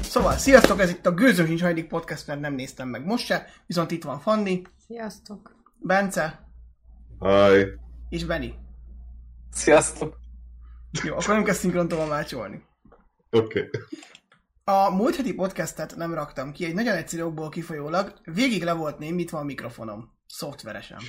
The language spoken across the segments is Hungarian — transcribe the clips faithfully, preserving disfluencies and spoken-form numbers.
Szóval, sziasztok, ez itt a Gőzöm sincs hajdik podcast, mert nem néztem meg most se, viszont itt van Fanni. Sziasztok. Bence. Hi. És Benni. Sziasztok. Jó, akkor nem kell szinkrontól mácsolni. Oké. Okay. A múlt heti podcastet nem raktam ki, egy nagyon egyszerű okból kifolyólag, végig le volt némítva a mikrofonom. Szoftveresen.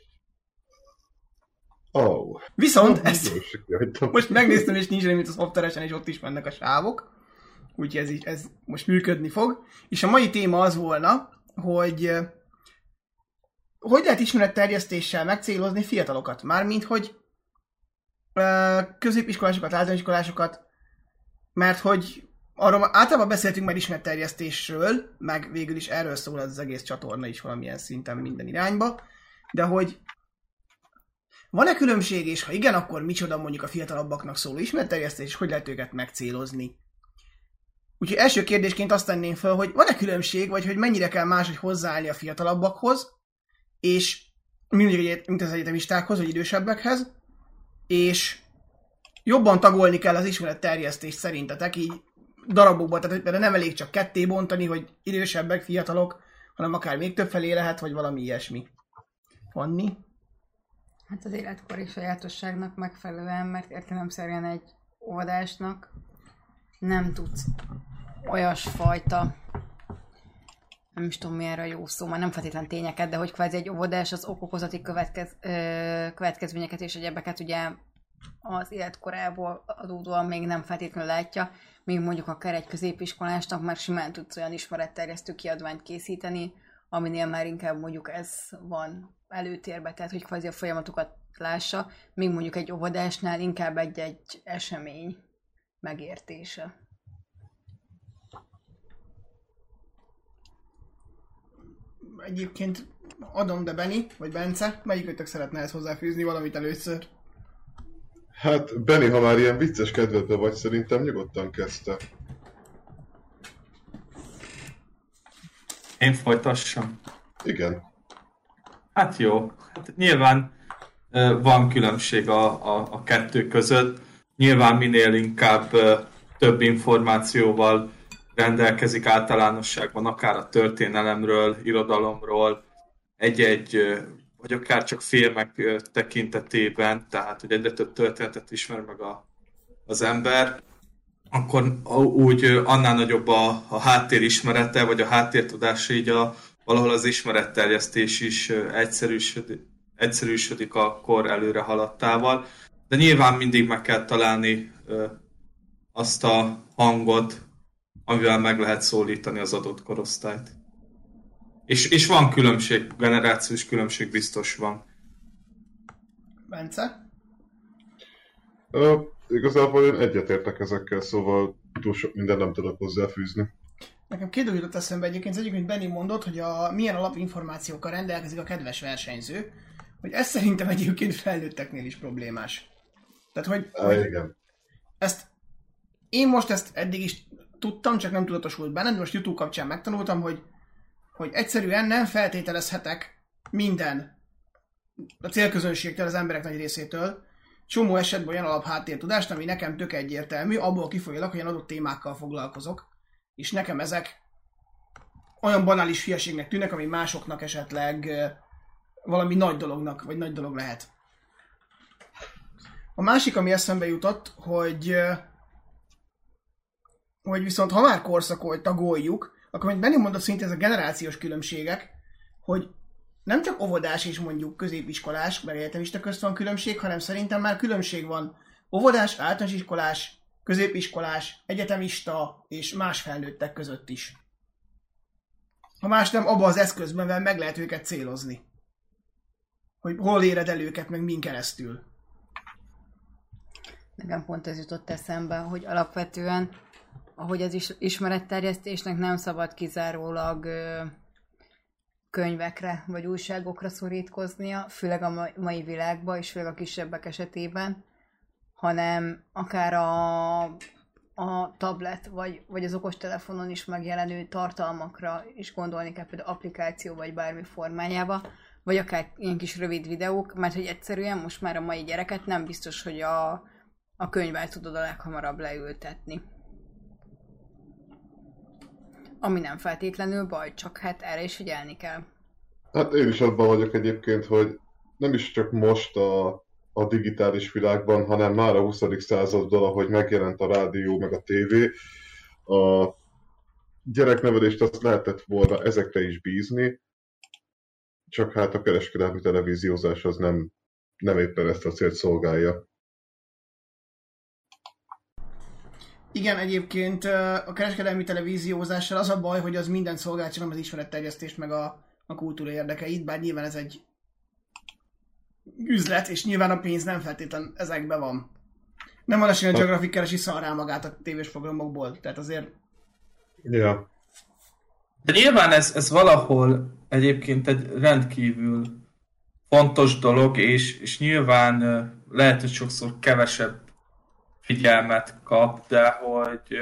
Oh. Viszont oh, ezt most megnéztem, és nincs mint a szoftveresen, és ott is mennek a sávok. Úgyhogy ez, így, ez most működni fog. És a mai téma az volna, hogy hogy lehet ismeretterjesztéssel megcélozni fiatalokat. Mármint, hogy középiskolásokat, általánoiskolásokat, mert hogy arról általában beszéltünk már ismeretterjesztésről, meg végül is erről szól az egész csatorna is valamilyen szinten minden irányba, de hogy van-e különbség, és ha igen, akkor micsoda mondjuk a fiatalabbaknak szóló ismeretterjesztés, és hogy lehet őket megcélozni? Úgyhogy első kérdésként azt tenném fel, hogy van-e különbség, vagy hogy mennyire kell máshogy hozzáállni a fiatalabbakhoz, és mindig, mint az egyetemistákhoz, vagy idősebbekhez, és jobban tagolni kell az ismeretterjesztést szerintetek, így darabokban, tehát hogy nem elég csak ketté bontani, hogy idősebbek, fiatalok, hanem akár még több felé lehet, vagy valami ilyesmi. Fanni? Hát az életkori sajátosságnak megfelelően, mert értelemszerűen egy óvodásnak nem tudsz olyasfajta, nem is tudom mi erre a jó szó, már nem feltétlen tényeket, de hogy kvázi egy óvodás az okokozati következ, ö, következményeket és egyebeket ugye az életkorából adódóan még nem feltétlenül látja, még mondjuk akár egy középiskolásnak már simán tudsz olyan ismeretterjesztő kiadványt készíteni, aminél már inkább mondjuk ez van előtérbe, tehát hogy kvázi a folyamatokat lássa, még mondjuk egy óvodásnál inkább egy-egy esemény megértése. Egyébként adom, de Benni, vagy Bence, melyikőtök szeretne ezt hozzáfűzni valamit először? Hát, Benni, ha már ilyen vicces kedvedbe vagy, szerintem nyugodtan kezdte. Én folytassam. Igen. Hát jó. Hát nyilván uh, van különbség a, a, a kettő között. Nyilván minél inkább uh, több információval rendelkezik általánosságban, akár a történelemről, irodalomról, egy-egy, uh, vagy akár csak filmek uh, tekintetében, tehát hogy egyre több történetet ismer meg a, az ember, akkor úgy uh, annál nagyobb a, a háttérismerete, vagy a háttértudása, így a, valahol az ismeretterjesztés is uh, egyszerűsödik, egyszerűsödik a kor előre haladtával. De nyilván mindig meg kell találni uh, azt a hangot, amivel meg lehet szólítani az adott korosztályt. És, és van különbség, generációs különbség biztos van. Bence? Uh, igazából én egyetértek ezekkel, szóval túl sok minden nem tudok hozzáfűzni. Nekem két dolog jutott eszembe egyébként. Az egyik, hogy Benni mondott, hogy a, milyen alapinformációkkal rendelkezik a kedves versenyző, hogy ez szerintem egyébként felnőtteknél is problémás. Tehát, hogy, Á, hogy igen. ezt én most ezt eddig is tudtam, csak nem tudatosult benne, de most YouTube kapcsán megtanultam, hogy, hogy egyszerűen nem feltételezhetek minden a célközönségtől, az emberek nagy részétől, csomó esetben olyan alapháttértudást, ami nekem tök egyértelmű, abból kifolyólag, hogy én adott témákkal foglalkozok, és nekem ezek olyan banális hülyeségnek tűnnek, ami másoknak esetleg valami nagy dolognak, vagy nagy dolog lehet. A másik, ami eszembe jutott, hogy hogy viszont ha már korszakol, tagoljuk, akkor mint Benni mondott, szintén ez a generációs különbségek, hogy nem csak óvodás és mondjuk középiskolás, meg egyetemista közt van különbség, hanem szerintem már különbség van óvodás, általános iskolás, középiskolás, egyetemista és más felnőttek között is. Ha más nem, abban az eszközben meg lehet őket célozni. Hogy hol éred el őket, meg min keresztül. Nekem pont ez jutott eszembe, hogy alapvetően ahogy az is, ismeretterjesztésnek nem szabad kizárólag ö, könyvekre vagy újságokra szorítkoznia, főleg a mai világban, és főleg a kisebbek esetében, hanem akár a, a tablet vagy, vagy az okostelefonon is megjelenő tartalmakra is gondolni kell, például applikáció vagy bármi formájába, vagy akár ilyen kis rövid videók, mert hogy egyszerűen most már a mai gyereket nem biztos, hogy a, a könyvvel tudod a leghamarabb leültetni. Ami nem feltétlenül baj, csak hát erre is figyelni kell. Hát én is abban vagyok egyébként, hogy nem is csak most a, a digitális világban, hanem már a huszadik században, ahogy megjelent a rádió meg a tévé, a gyereknevelést azt lehetett volna ezekre is bízni, csak hát a kereskedelmi televíziózás az nem, nem éppen ezt a célt szolgálja. Igen, egyébként a kereskedelmi televíziózással az a baj, hogy az mindent szolgál, csak nem az ismeretterjesztést meg a, a kultúra érdekeit, bár nyilván ez egy üzlet, és nyilván a pénz nem feltétlen ezekben van. Nem a National Geographic keresi szarrá magát a tévés programokból, tehát azért... Ja. De nyilván ez, ez valahol egyébként egy rendkívül fontos dolog, és, és nyilván lehet, hogy sokszor kevesebb figyelmet kap, de hogy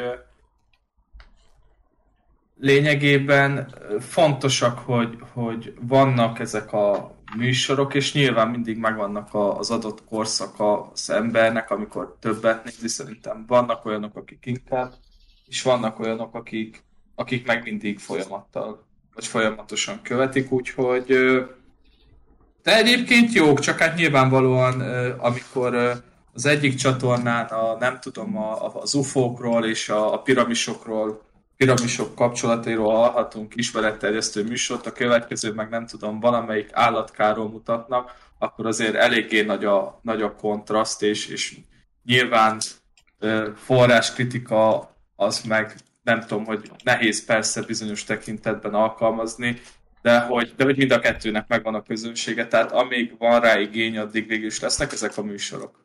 lényegében fontosak, hogy, hogy vannak ezek a műsorok, és nyilván mindig megvannak az adott korszaka az embernek, amikor többet nézi. Szerintem vannak olyanok, akik inkább, és vannak olyanok, akik, akik meg mindig folyamattal, vagy folyamatosan követik, úgyhogy de egyébként jók, csak hát nyilvánvalóan amikor az egyik csatornán a, nem tudom, a, az ufókról és a, a piramisokról, piramisok kapcsolatairól hallhatunk ismeretterjesztő műsort, a következő meg nem tudom, valamelyik állatkáról mutatnak, akkor azért eléggé nagy a, nagy a kontraszt, és, és nyilván forráskritika az meg nem tudom, hogy nehéz persze bizonyos tekintetben alkalmazni, de hogy, de hogy mind a kettőnek megvan a közönsége, tehát amíg van rá igény, addig végül is lesznek ezek a műsorok.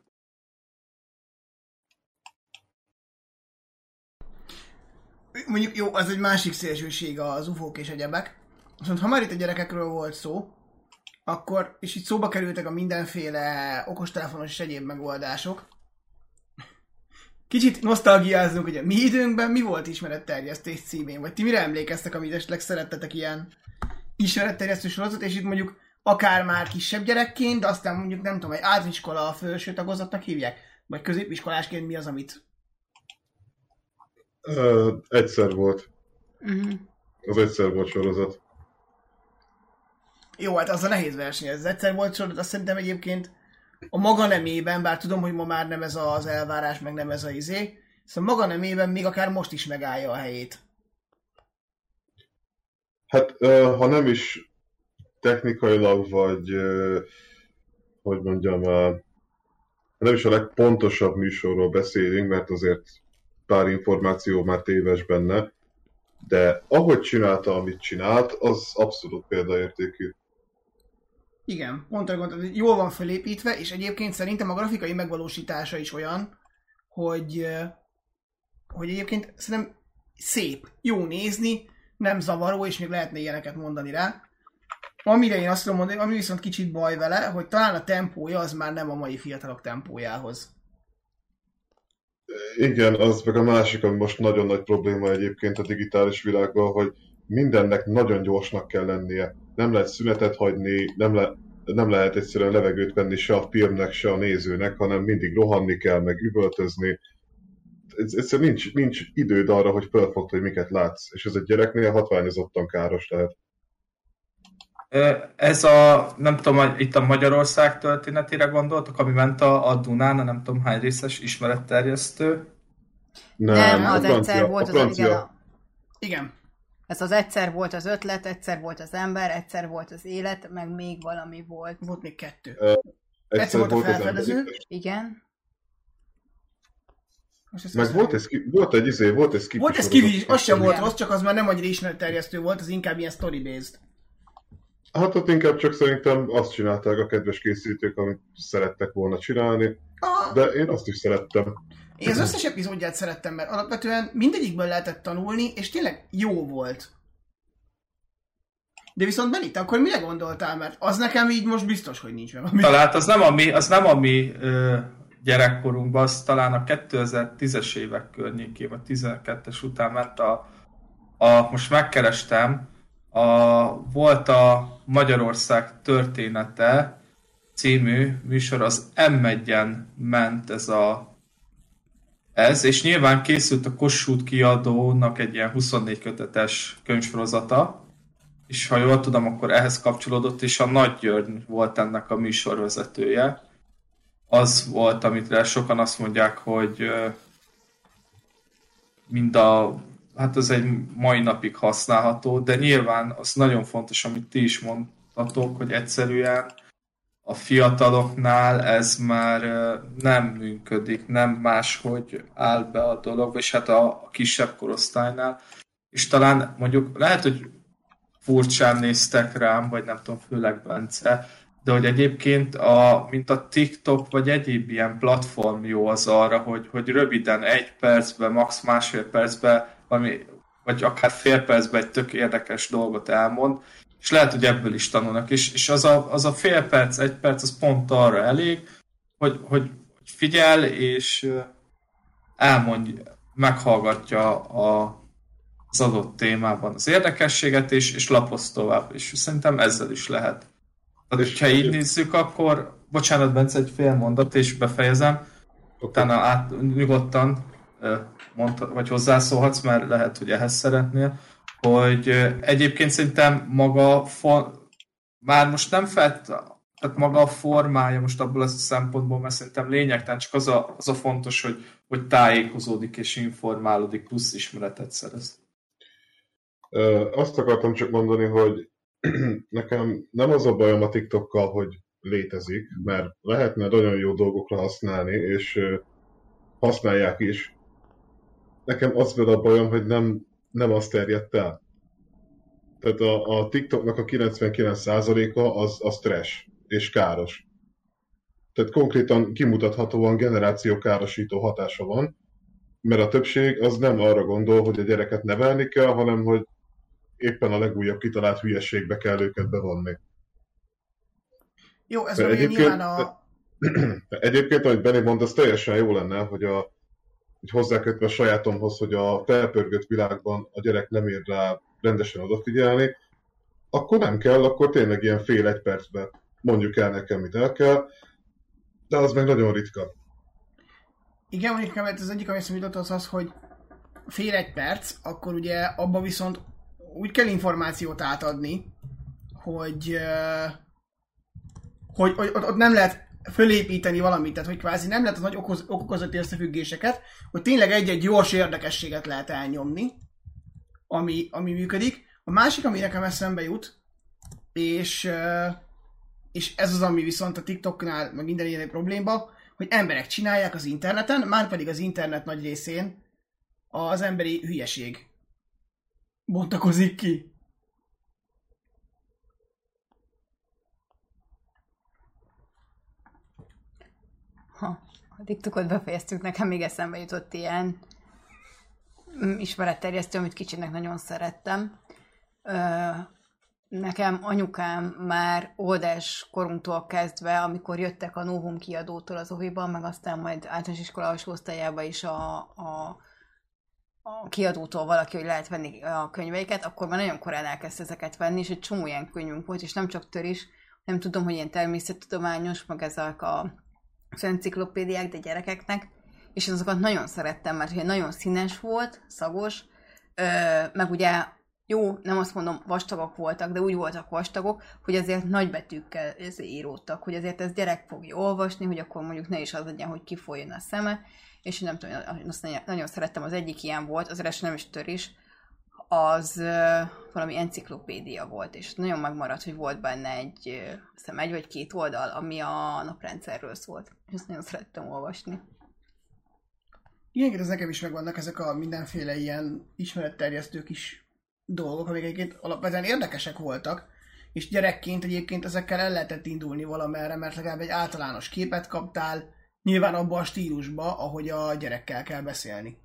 Mondjuk jó, az egy másik szélsőség az ufók és egyebek. Viszont ha már itt a gyerekekről volt szó, akkor, és itt szóba kerültek a mindenféle okostelefonos és egyéb megoldások, kicsit nosztalgiázunk, hogy a mi időnkben mi volt ismeretterjesztés címén, vagy ti mire emlékeztek, amit esetleg szerettetek ilyen ismeretterjesztő sorozat, és itt mondjuk akár már kisebb gyerekként, de aztán mondjuk nem tudom, egy általániskola felső tagozatnak hívják, vagy középiskolásként mi az, amit... Uh, egyszer volt. Uh-huh. Az egyszer volt sorozat. Jó, hát az a nehéz verseny. Ez egyszer volt sorozat, azt szerintem egyébként a maga nemében, bár tudom, hogy ma már nem ez az elvárás, meg nem ez a izé, szóval maga nemében még akár most is megállja a helyét. Hát, uh, ha nem is technikailag, vagy uh, hogy mondjam, uh, nem is a legpontosabb műsorról beszélünk, mert azért pár információ már téves benne, de ahogy csinálta, amit csinált, az abszolút példaértékű. Igen, pont arra gondoltam, hogy jól van felépítve, és egyébként szerintem a grafikai megvalósítása is olyan, hogy, hogy egyébként szerintem szép, jó nézni, nem zavaró, és még lehetne ilyeneket mondani rá. Amire én azt tudom mondani, ami viszont kicsit baj vele, hogy talán a tempója az már nem a mai fiatalok tempójához. Igen, az meg a másik, ami most nagyon nagy probléma egyébként a digitális világban, hogy mindennek nagyon gyorsnak kell lennie. Nem lehet szünetet hagyni, nem, le, nem lehet egyszerűen levegőt venni se a filmnek, se a nézőnek, hanem mindig rohanni kell, meg üvöltözni. Egyszerűen nincs, nincs időd arra, hogy felfogd, hogy miket látsz. És ez egy gyereknél hatványozottan káros lehet. Ez a, nem tudom, itt a Magyarország történetére gondoltok, ami ment a, a Dunán, a nem tudom hány részes ismeretterjesztő? Nem, nem az francia, egyszer volt az, igen, a... igen. Ez az egyszer volt az ötlet, egyszer volt az ember, egyszer volt az élet, meg még valami volt. Volt még kettő. Uh, egyszer, egyszer volt a felfedező. Igen. Meg volt, ez, volt egy izé, volt egy skipi Volt egy skipi is, az sem volt rossz, csak az már nem annyira ismeretterjesztő volt, az inkább ilyen story-based. Hát ott inkább csak szerintem azt csinálták a kedves készítők, amit szerettek volna csinálni, ah. de én azt is szerettem. Én az összes epizódját szerettem, mert alapvetően mindegyikből lehetett tanulni, és tényleg jó volt. De viszont Benita, akkor mire gondoltál? Mert az nekem így most biztos, hogy nincs meg. Ami... Talán az nem a mi, az nem a mi ö, gyerekkorunkban, az talán a kétezer-tízes évek környékén, vagy tizenkettes után ment a, a most megkerestem, a, volt a Magyarország története című műsor, az em egyen ment ez a ez, és nyilván készült a Kossuth kiadónak egy ilyen huszonnégy kötetes könyvsorozata, és ha jól tudom, akkor ehhez kapcsolódott, és a Nagy György volt ennek a műsorvezetője. Az volt, amitre sokan azt mondják, hogy mind a, hát az egy mai napig használható, de nyilván az nagyon fontos, amit ti is mondtatok, hogy egyszerűen a fiataloknál ez már nem működik, nem máshogy áll be a dolog, és hát a kisebb korosztálynál. És talán mondjuk lehet, hogy furcsán néztek rám, vagy nem tudom, főleg Bence, de hogy egyébként a, mint a TikTok vagy egyéb ilyen platform jó az arra, hogy, hogy röviden egy percben, max. Másfél percben, valami, vagy akár fél percben egy tök érdekes dolgot elmond, és lehet, hogy ebből is tanulnak. És, és az, a, az a fél perc, egy perc, az pont arra elég, hogy, hogy figyel, és elmondja, meghallgatja a, az adott témában az érdekességet, és, és lapoz tovább. És szerintem ezzel is lehet. Tehát, ha így nézzük, akkor, bocsánat, Bence, egy fél mondat, és befejezem, okay. Utána át, nyugodtan mondta, vagy hozzászólhatsz, mert lehet, hogy ehhez szeretnél, hogy egyébként szerintem maga for, már most nem felt, tehát maga a formája most abból a szempontból, mert szerintem lényegtelen, csak az a, az a fontos, hogy, hogy tájékozódik és informálódik, plusz ismeretet szerez. Azt akartam csak mondani, hogy nekem nem az a bajom a TikTokkal, hogy létezik, mert lehetne nagyon jó dolgokra használni, és használják is. Nekem az volt a bajom, hogy nem, nem azt terjedt el. Tehát a, a TikToknak a kilencvenkilenc százaléka az, az trash és káros. Tehát konkrétan kimutathatóan generációkárosító hatása van, mert a többség az nem arra gondol, hogy a gyereket nevelni kell, hanem hogy éppen a legújabb kitalált hülyeségbe kell őket bevonni. Jó, ez ugye nyilván a... Egyébként, ahogy Benni mondta, az teljesen jó lenne, hogy, a, hogy hozzákötve a sajátomhoz, hogy a felpörgött világban a gyerek nem ér rá rendesen odafigyelni, akkor nem kell, akkor tényleg ilyen fél-egy percben mondjuk el nekem, mit el kell, de az meg nagyon ritka. Igen, mondjuk nekem az egyik, ami eszembe jutott, az az, hogy fél-egy perc, akkor ugye abban viszont úgy kell információt átadni, hogy, hogy, hogy ott nem lehet fölépíteni valamit, tehát hogy kvázi nem lehet az nagy okoz, okokozati összefüggéseket, hogy tényleg egy-egy gyors érdekességet lehet elnyomni, ami, ami működik. A másik, ami nekem eszembe jut, és, és ez az, ami viszont a TikToknál, meg minden ilyen probléma, hogy emberek csinálják az interneten, már pedig az internet nagy részén az emberi hülyeség bontakozik ki. Ha a TikTokot befejeztük, nekem még eszembe jutott ilyen ismeretterjesztő, amit kicsinek nagyon szerettem. Nekem anyukám már oldás korunktól kezdve, amikor jöttek a Novum kiadótól az oviban, meg aztán majd általános iskola alsó osztályába is a, a, a kiadótól valaki, hogy lehet venni a könyveiket, akkor már nagyon korán elkezdte ezeket venni, és egy csomó ilyen könyvünk volt, és nem csak töris, nem tudom, hogy ilyen természettudományos, meg ezek a az enciklopédiák, de gyerekeknek, és azokat nagyon szerettem, mert ugye nagyon színes volt, szagos, meg ugye jó, nem azt mondom, vastagok voltak, de úgy voltak vastagok, hogy azért nagybetűkkel íródtak, hogy azért ez gyerek fogja olvasni, hogy akkor mondjuk ne is az legyen, hogy kifolyjon a szeme, és nem tudom, azt nagyon szerettem, az egyik ilyen volt, az eres nem is törés, az uh, valami enciklopédia volt, és nagyon megmaradt, hogy volt benne egy, uh, hiszem egy vagy két oldal, ami a naprendszerről szólt, és ezt nagyon szerettem olvasni. Igen, ez nekem is megvannak ezek a mindenféle ilyen ismeretterjesztő kis dolgok, amik egyébként alapvetően érdekesek voltak, és gyerekként egyébként ezekkel el lehetett indulni valamerre, mert legalább egy általános képet kaptál, nyilván abban a stílusba, ahogy a gyerekkel kell beszélni.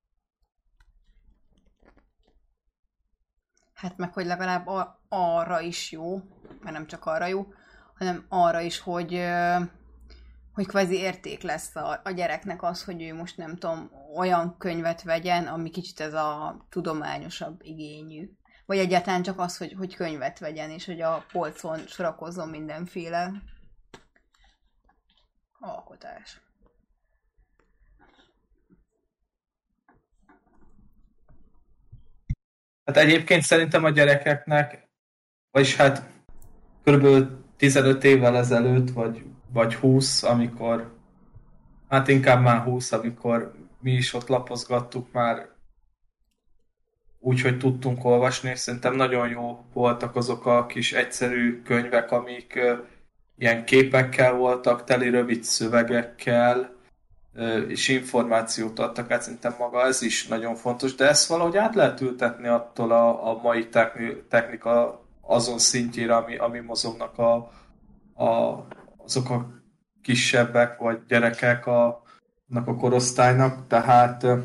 Hát meg, hogy legalább arra is jó, mert nem csak arra jó, hanem arra is, hogy, hogy kvázi érték lesz a, a gyereknek az, hogy ő most nem tudom, olyan könyvet vegyen, ami kicsit ez a tudományosabb igényű. Vagy egyáltalán csak az, hogy, hogy könyvet vegyen, és hogy a polcon sorakozzon mindenféle alkotás. Hát egyébként szerintem a gyerekeknek, vagyis hát körülbelül tizenöt évvel ezelőtt, vagy, vagy húsz, amikor, hát inkább már húsz, amikor mi is ott lapozgattuk már úgy, hogy tudtunk olvasni, és szerintem nagyon jó voltak azok a kis egyszerű könyvek, amik uh, ilyen képekkel voltak, teli rövid szövegekkel, uh, és információt adtak át, szerintem maga ez is nagyon fontos, de ezt valahogy át lehet ültetni attól a, a mai techni, technika azon szintjére, ami, ami mozognak a, a, azok a kisebbek, vagy gyerekek a, a korosztálynak, tehát uh,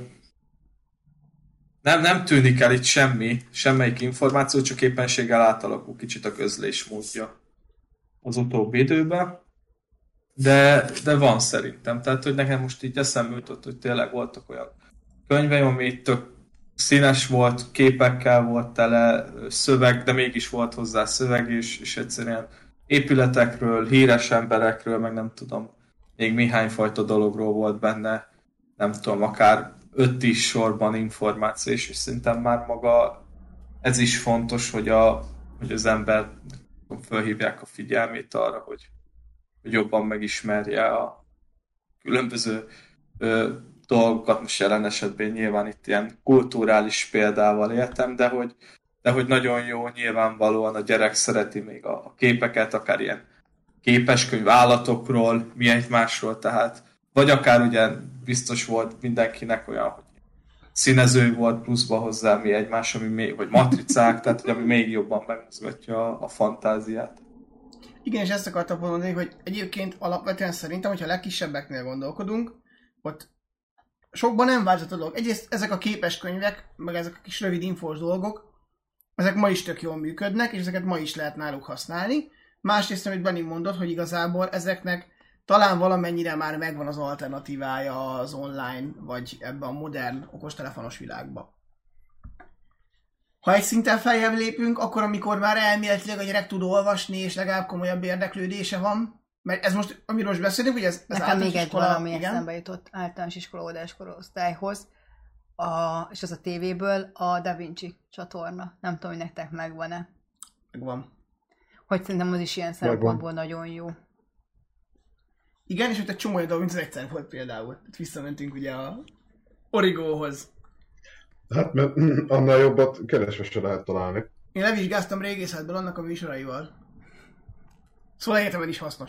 Nem, nem tűnik el itt semmi, semmelyik információ, csak éppenséggel átalakul kicsit a közlésmódja az utóbbi időben. De, de van szerintem. Tehát, hogy nekem most így eszembe jutott, hogy tényleg voltak olyan könyveim, ami tök színes volt, képekkel volt tele, szöveg, de mégis volt hozzá szöveg is, és egyszerűen épületekről, híres emberekről, meg nem tudom, még néhány fajta dologról volt benne, nem tudom, akár öt is sorban információ, és szerintem már maga ez is fontos, hogy, a, hogy az ember felhívják a figyelmét arra, hogy, hogy jobban megismerje a különböző ö, dolgokat. Most jelen esetben nyilván itt ilyen kulturális példával éltem, de hogy, de hogy nagyon jó, nyilvánvalóan a gyerek szereti még a, a képeket, akár ilyen képeskönyv állatokról, mi egymásról, tehát vagy akár ugye biztos volt mindenkinek olyan, hogy színező volt pluszba hozzá mi egymás, ami még, vagy matricák, tehát hogy ami még jobban megmozgatja a, a fantáziát. Igen, és ezt akartam mondani, hogy egyébként alapvetően szerintem, hogyha a legkisebbeknél gondolkodunk, ott sokban nem változott a dolog. Egyrészt ezek a képes könyvek, meg ezek a kis rövid infós dolgok, ezek ma is tök jól működnek, és ezeket ma is lehet náluk használni. Másrészt, amit Benni mondott, hogy igazából ezeknek talán valamennyire már megvan az alternatívája az online, vagy ebben a modern okostelefonos világban. Ha egy szinten feljebb lépünk, akkor amikor már elméletileg a gyerek tud olvasni, és legalább komolyabb érdeklődése van, mert ez most, amiről most beszélünk, hogy ez, ez Nekem még egy iskola, valami igen? eszembe jutott általános iskola óvodáskorosztályhoz, a, és az a tévéből a Da Vinci csatorna. Nem tudom, hogy nektek megvan-e. Megvan. Hogy szerintem az is ilyen szempontból nagyon jó. Igen, és ott egy csomó olyan dolog, mint az egyszer volt például. Itt visszamentünk ugye a Origóhoz. Hát, mert annál jobbat keresve se lehet találni. Én levizsgáztam régészetből annak a műsoraival. Szóval egyetemen is hasznos.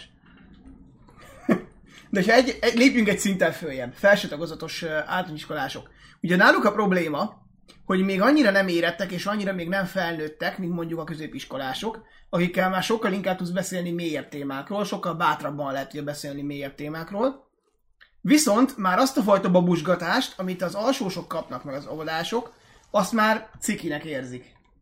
De ha egy, egy, lépjünk egy szinten följebb, felső tagozatos uh, általános iskolások. Ugye náluk a probléma, hogy még annyira nem érettek, és annyira még nem felnőttek, mint mondjuk a középiskolások, akikkel már sokkal inkább tudsz beszélni mélyebb témákról, sokkal bátrabban lehet ugye beszélni mélyebb témákról. Viszont már azt a fajta babusgatást, amit az alsósok kapnak meg az óvodások, azt már cikinek érzik.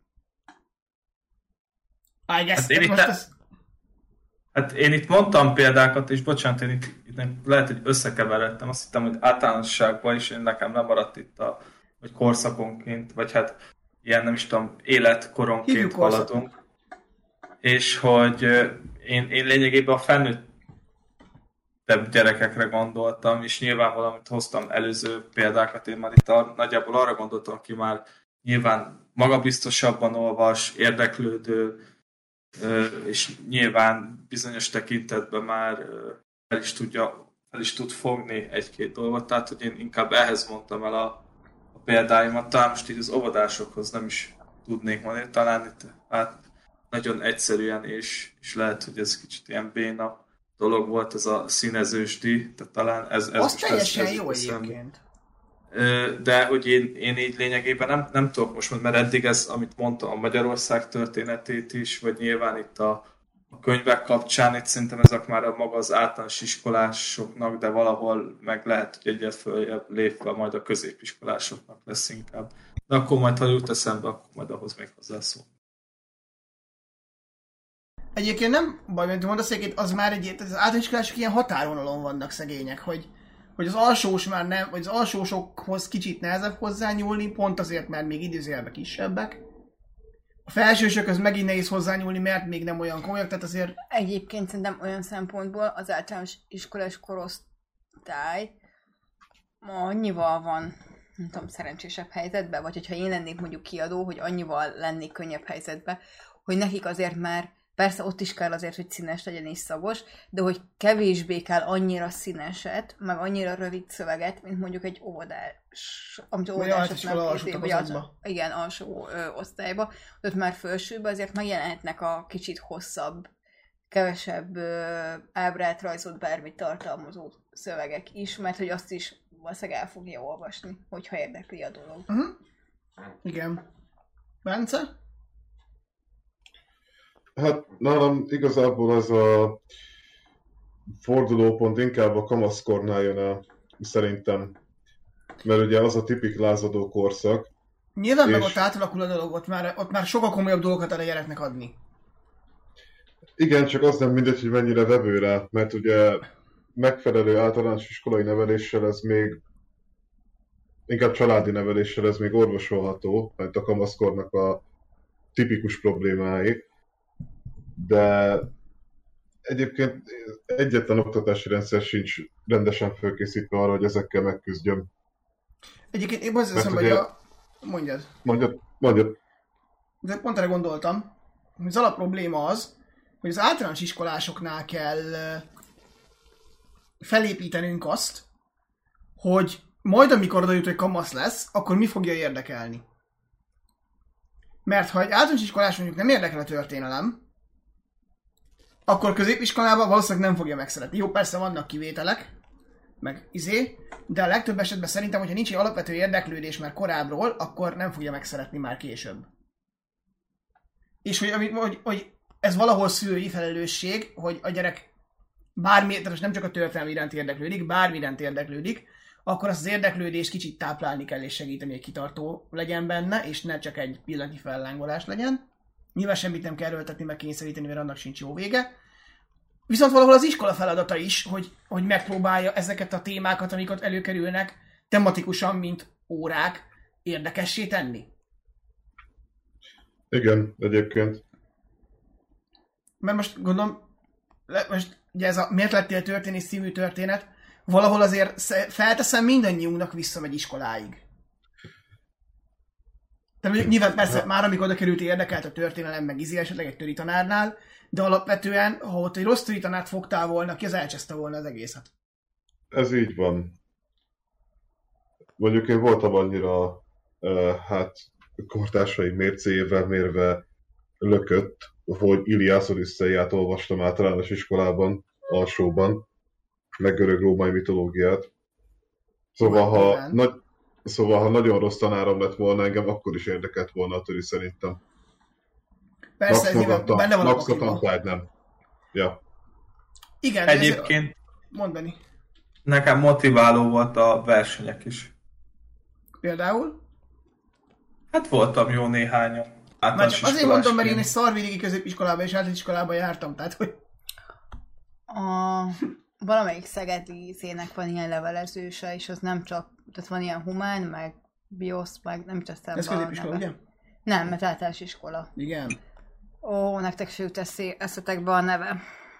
I guess, Hát én, itt most ne... ez... hát én itt mondtam példákat, és bocsánat, én itt, itt lehet, hogy összekeveredtem. Azt hittem, hogy általánosságban is én nekem nem maradt itt a vagy korszakonként, vagy hát ilyen nem is tudom, életkoronként Hívjuk haladunk. korszakon. És hogy én, én lényegében a felnőttebb gyerekekre gondoltam, és nyilván valamit hoztam előző példákat, én már itt a, nagyjából arra gondoltam, aki már nyilván magabiztosabban olvas, érdeklődő, és nyilván bizonyos tekintetben már fel is, tudja, fel is tud fogni egy-két dolgot, tehát hogy én inkább ehhez mondtam el a a példáimat, talán most így az óvodásokhoz nem is tudnék mondani, talán itt hát nagyon egyszerűen, és, és lehet, hogy ez kicsit ilyen béna dolog volt, ez a színezős díj, tehát talán ez, ez az teljesen ez, ez jó hiszem. egyébként. De hogy én, én így lényegében nem, nem tudok most mondani, mert eddig ez, amit mondtam, a Magyarország történetét is, vagy nyilván itt a, a könyvek kapcsán, itt szerintem ezek már a maga az általános iskolásoknak, de valahol meg lehet, hogy egyet följebb lépve majd a középiskolásoknak lesz inkább. De akkor majd, ha jut eszembe, akkor majd ahhoz még hozzászól. Egyébként nem baj, mert mondasz, hogy az már egy, az általános iskolások ilyen határvonalon vannak szegények, hogy, hogy az alsós már nem, vagy az alsósokhoz kicsit nehezebb hozzányúlni, pont azért, mert még időzélben kisebbek. A felsősökhöz megint nehéz hozzányúlni, mert még nem olyan komolyak, tehát azért... Egyébként szerintem olyan szempontból az általános iskolás korosztály annyival van nem tudom, szerencsésebb helyzetbe, vagy hogyha én lennék mondjuk kiadó, hogy annyival lennék könnyebb helyzetbe, hogy nekik azért már, persze ott is kell azért, hogy színes legyen és szagos, de hogy kevésbé kell annyira színeset, meg annyira rövid szöveget, mint mondjuk egy óvodás, amit óvodásoknak izé, vagy az, igen, alsó ö, osztályba, ott már felsőben azért megjelenhetnek a kicsit hosszabb, kevesebb ö, ábrát rajzolt bármit tartalmazó szövegek is, mert hogy azt is valószínűleg el fogja olvasni, hogyha érdekli a dolog. Uh-huh. Igen. Bence? Hát nálam igazából ez a fordulópont inkább a kamaszkornál jön el, szerintem. Mert ugye az a tipik lázadó korszak. Nyilván és... meg ott átalakul a dolog, ott már, ott már sokkal komolyabb dolgokat el a gyereknek adni. Igen, csak az nem mindegy, hogy mennyire vevő rá, mert ugye megfelelő általános iskolai neveléssel ez még, inkább családi neveléssel ez még orvosolható, mert a kamaszkornak a tipikus problémái. De egyébként egyetlen oktatási rendszer sincs rendesen felkészítve arra, hogy ezekkel megküzdjön. Egyébként én azt hiszem, hogy a... Mondjad. Mondjad. Mondjad. De pont erre gondoltam, hogy az alapprobléma az, hogy az általános iskolásoknál kell felépítenünk azt, hogy majd amikor oda jut, hogy kamasz lesz, akkor mi fogja érdekelni. Mert ha egy általános iskolás mondjuk nem érdekel a történelem, akkor középiskolában valószínűleg nem fogja megszeretni. Jó, persze vannak kivételek, meg izé, de a legtöbb esetben szerintem, hogyha nincs egy alapvető érdeklődés már korábbról, akkor nem fogja megszeretni már később. És hogy, amit, hogy, hogy ez valahol szülői felelősség, hogy a gyerek bármi, tehát nem csak a történelmi iránt érdeklődik, bármi iránt érdeklődik, akkor azt az érdeklődést kicsit táplálni kell és segíteni, hogy kitartó legyen benne, és ne csak egy pillanatnyi fellángolás legyen. Nyilván semmit nem kell erőltetni, meg kényszeríteni, mert annak sincs jó vége. Viszont valahol az iskola feladata is, hogy, hogy megpróbálja ezeket a témákat, amik ott előkerülnek, tematikusan, mint órák, érdekessé tenni. Igen, egyébként. Mert most gondolom, most ugye ez a Miért lettél történész című történet, valahol azért felteszem, mindannyiunknak visszamegy iskoláig. Tehát nyilván persze már amikor oda került érdekelt a történelem, meg izi esetleg egy töri tanárnál, de alapvetően, ha ott egy rossz töri tanárt fogtál volna, ki az elcseszte volna az egészet. Ez így van. Mondjuk én voltam annyira, uh, hát kortársai mércéjével mérve lökött, hogy Iliász Odüsszeiát olvastam általános iskolában, alsóban, meg görög-római mitológiát. Szóval ha, nagy, szóval, ha nagyon rossz tanárom lett volna engem, akkor is érdekelt volna a töri szerintem. Persze, ez nyilván benne van a pakliba. Nem. Ja. Igen, egyébként mondani. Nekem motiváló volt a versenyek is. Például? Hát voltam jó néhányan. Már csak azért mondom, mert én egy szarvidéki középiskolában és általános iskolában jártam, tehát hogy... A... Valamelyik szegedi izének van ilyen levelezőse, és az nem csak, tehát van ilyen humán, meg biosz, meg nem csak szemben. Ez középiskola, ugye? Nem, mert általános iskola. Igen. Ó, nektek se jut eszetekbe a neve.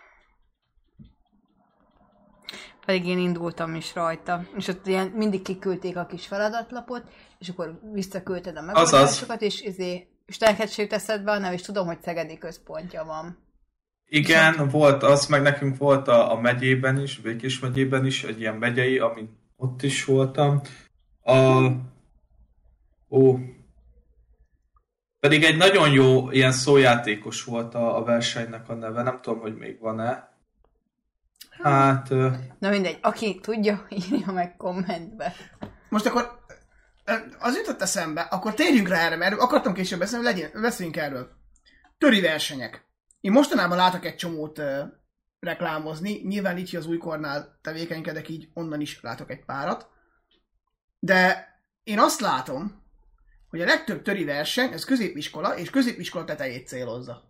Pedig én indultam is rajta. És ott ilyen mindig kiküldték a kis feladatlapot, és akkor visszaküldted a megoldásokat, és izé, és neked se jut eszedbe a neve, és tudom, hogy szegedi központja van. Igen, viszont... volt az, meg nekünk volt a, a megyében is, Békés megyében is, egy ilyen megyei, amin ott is voltam. A... Ó... Pedig egy nagyon jó ilyen szójátékos volt a, a versenynek a neve, nem tudom, hogy még van-e. Hát... Na mindegy, aki tudja, írja meg kommentbe. Most akkor az jutott eszembe, akkor térjünk rá erre, mert akartam később beszélni, hogy legyen, beszéljünk erről. Töri versenyek. Én mostanában látok egy csomót uh, reklámozni, nyilván így, hogy az újkornál tevékenykedek, így onnan is látok egy párat. De én azt látom, hogy a legtöbb töri verseny, ez középiskola, és középiskola tetejét célozza.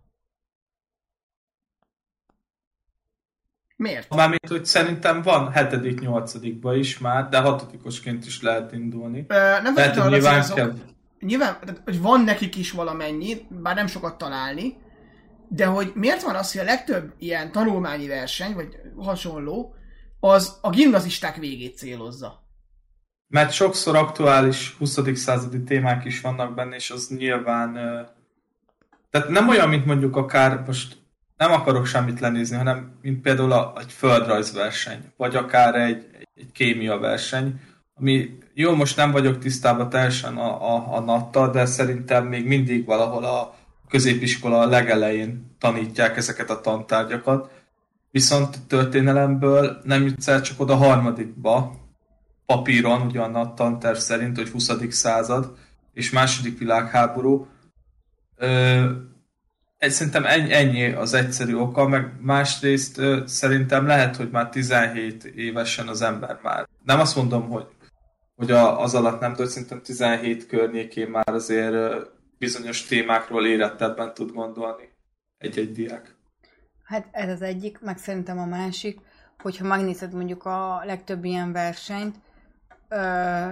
Miért? Mármint, hogy szerintem van hetedik nyolcadikban is már, de hatodikosként is lehet indulni. Ö, nem lehet, hogy nyilván kell. Nyilván, hogy van nekik is valamennyi, bár nem sokat találni, de hogy miért van az, hogy a legtöbb ilyen tanulmányi verseny, vagy hasonló, az a gimnazisták végét célozza. Mert sokszor aktuális huszadik századi témák is vannak benne, és az nyilván... Tehát nem olyan, mint mondjuk akár, most nem akarok semmit lenézni, hanem mint például a, egy földrajzverseny, vagy akár egy, egy, egy kémia verseny, ami jó, most nem vagyok tisztában teljesen a, a, a nattal, de szerintem még mindig valahol a középiskola legelején tanítják ezeket a tantárgyakat. Viszont történelemből nem jutsz el csak oda harmadikba, papíron, ugye a NAT tanterv szerint, hogy huszadik század és második világháború. Ö, szerintem ennyi, ennyi az egyszerű oka, meg másrészt ö, szerintem lehet, hogy már tizenhét évesen az ember már. Nem azt mondom, hogy, hogy a, az alatt nem, de szerintem tizenhét környékén már azért ö, bizonyos témákról érettebben tud gondolni egy-egy diák. Hát ez az egyik, meg szerintem a másik, hogyha megnézed mondjuk a legtöbb ilyen versenyt, ö...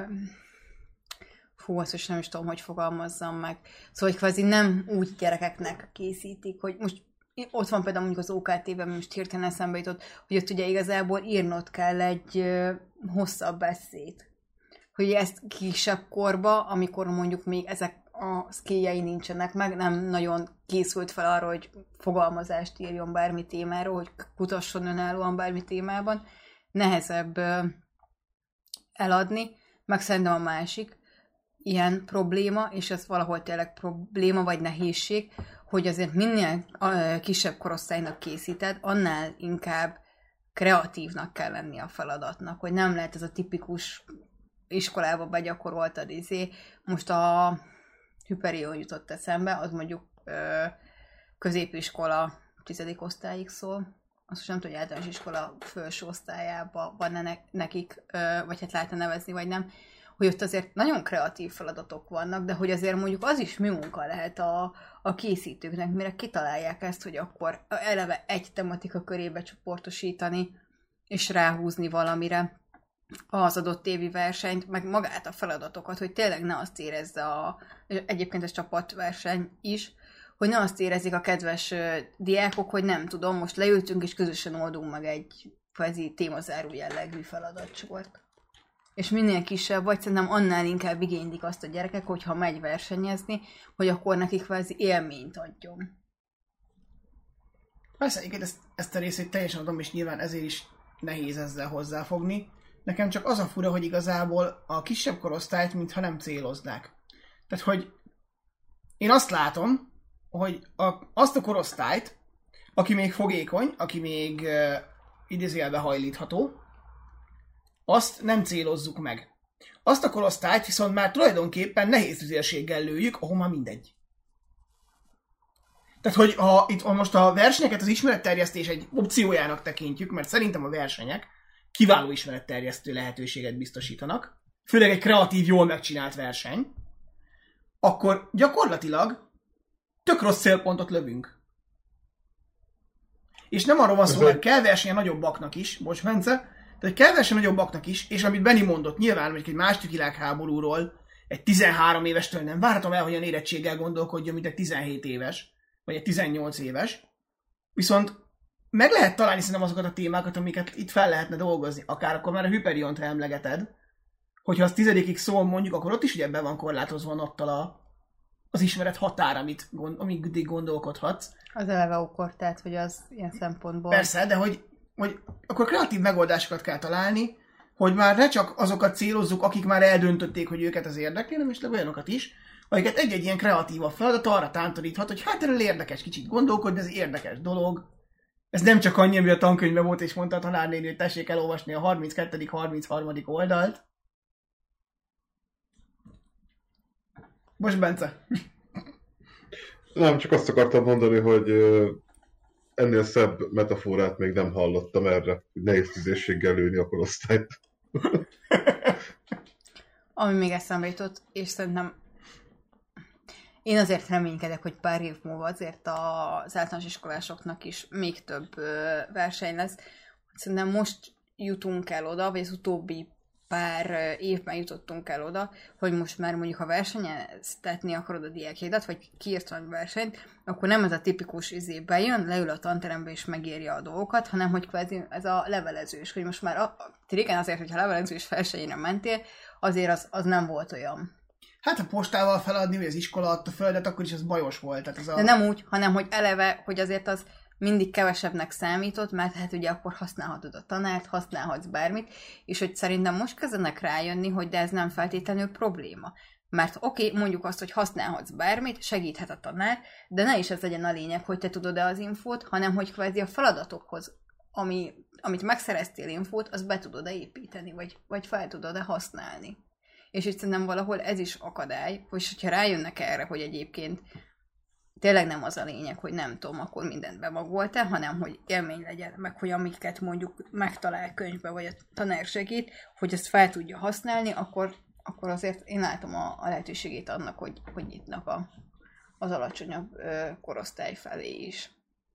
fú, azt is nem is tudom, hogy fogalmazzam meg. Szóval, hogy kvázi nem úgy gyerekeknek készítik, hogy most ott van például mondjuk az o ká té-ben, most hirtelen eszembe jutott, hogy ott ugye igazából írnod kell egy ö, hosszabb eszét. Hogy ezt kisebb korba, amikor mondjuk még ezek a skilljei nincsenek meg, nem nagyon készült fel arra, hogy fogalmazást írjon bármi témáról, hogy kutasson önállóan bármi témában, nehezebb eladni, meg szerintem a másik ilyen probléma, és ez valahol tényleg probléma vagy nehézség, hogy azért minél kisebb korosztálynak készíted, annál inkább kreatívnak kell lenni a feladatnak, hogy nem lehet ez a tipikus iskolába begyakoroltad izé. Most a Hyperion jutott eszembe, az mondjuk ö, középiskola tizedik osztályig szól. Azt nem tudom, hogy általános iskola felső osztályában van ne, nekik, ö, vagy hát lehetne nevezni, vagy nem, hogy ott azért nagyon kreatív feladatok vannak, de hogy azért mondjuk az is mi munka lehet a, a készítőknek, mire kitalálják ezt, hogy akkor eleve egy tematika körébe csoportosítani, és ráhúzni valamire az adott évi versenyt, meg magát a feladatokat, hogy tényleg ne azt érezze a, egyébként ez csapatverseny is, hogy ne azt érezik a kedves uh, diákok, hogy nem tudom, most leültünk és közösen oldunk meg egy kvázi témazáró jellegű feladatsort. És minél kisebb vagy, szerintem annál inkább igénylik azt a gyerekek, hogyha megy versenyezni, hogy akkor nekik kvázi élményt adjon. Persze, egyébként ezt, ezt a részét teljesen adom, és nyilván ezért is nehéz ezzel hozzáfogni. Nekem csak az a fura, hogy igazából a kisebb korosztályt mintha nem céloznák. Tehát, hogy én azt látom, hogy a, azt a korosztályt, aki még fogékony, aki még uh, idézőjelbe hajlítható, azt nem célozzuk meg. Azt a korosztályt viszont már tulajdonképpen nehéz tüzérséggel lőjük, ahol már mindegy. Tehát, hogy ha itt ha most a versenyeket az ismeretterjesztés egy opciójának tekintjük, mert szerintem a versenyek kiváló ismeretterjesztő lehetőséget biztosítanak, főleg egy kreatív, jól megcsinált verseny, akkor gyakorlatilag tök rossz célpontot lövünk. És nem arról van szó, hogy kell verseny a nagyobbaknak is, bocs, Bence, tehát kell verseny a nagyobbaknak is, és amit Benni mondott, nyilván, hogy egy második világháborúról egy tizenhárom évestől nem várhatom el, hogy olyan érettséggel gondolkodjon, mint egy tizenhét éves, vagy egy tizennyolc éves. Viszont meg lehet találni szerintem azokat a témákat, amiket itt fel lehetne dolgozni. Akár akkor már a Hyperiont emlegeted, hogyha az tizedikig szól mondjuk, akkor ott is ugye be van korlátozva nattal a, az ismeret határ, amit gond, amíg gondolkodhatsz. Az eleve okor, tehát hogy az ilyen szempontból... Persze, de hogy, hogy akkor kreatív megoldásokat kell találni, hogy már ne csak azokat célozzuk, akik már eldöntötték, hogy őket az érdekli, hanem is olyanokat is, akiket egy-egy ilyen kreatívabb feladat arra tántoríthat, hogy hát erről érdekes kicsit gondolkodni, ez érdekes dolog. Ez nem csak annyi, ami a tankönyvben volt, és mondta a tanárnéni, hogy tessék elolvasni a harminckettedik harmincharmadik oldalt. Most Bence. Nem, csak azt akartam mondani, hogy ennél szebb metaforát még nem hallottam erre, hogy nehéz tüzérséggel lőni a korosztályt. Ami még eszembe jutott, és szerintem én azért reménykedek, hogy pár év múlva azért az általános iskolásoknak is még több verseny lesz. Szerintem most jutunk el oda, vagy az utóbbi pár évben jutottunk el oda, hogy most már mondjuk ha versenyeztetni akarod a diákjaidat, vagy kiírt valami versenyt, akkor nem ez a tipikus izé bejön, leül a tanterembe és megírja a dolgokat, hanem hogy kvázi ez a levelezős, hogy most már a, régen azért, hogyha levelezős versenyre mentél, azért az, az nem volt olyan. Hát a postával feladni, vagy az iskola adta földet, akkor is az bajos volt. Tehát ez a... De nem úgy, hanem hogy eleve, hogy azért az mindig kevesebbnek számított, mert hát ugye akkor használhatod a tanárt, használhatsz bármit, és hogy szerintem most kezdenek rájönni, hogy de ez nem feltétlenül probléma. Mert oké, okay, mondjuk azt, hogy használhatsz bármit, segíthet a tanár, de ne is ez legyen a lényeg, hogy te tudod-e az infót, hanem hogy kvázi a feladatokhoz, ami, amit megszereztél infót, azt be tudod-e építeni, vagy, vagy fel tudod-e használni. És itt szerintem valahol ez is akadály, hogy hogyha rájönnek erre, hogy egyébként tényleg nem az a lényeg, hogy nem tudom, akkor mindent bemagolta, hanem hogy élmény legyen, meg hogy amiket mondjuk megtalál könyvbe, vagy a tanár segít, hogy ezt fel tudja használni, akkor, akkor azért én látom a, a lehetőségét annak, hogy, hogy nyitnak a, az alacsonyabb ö, korosztály felé is.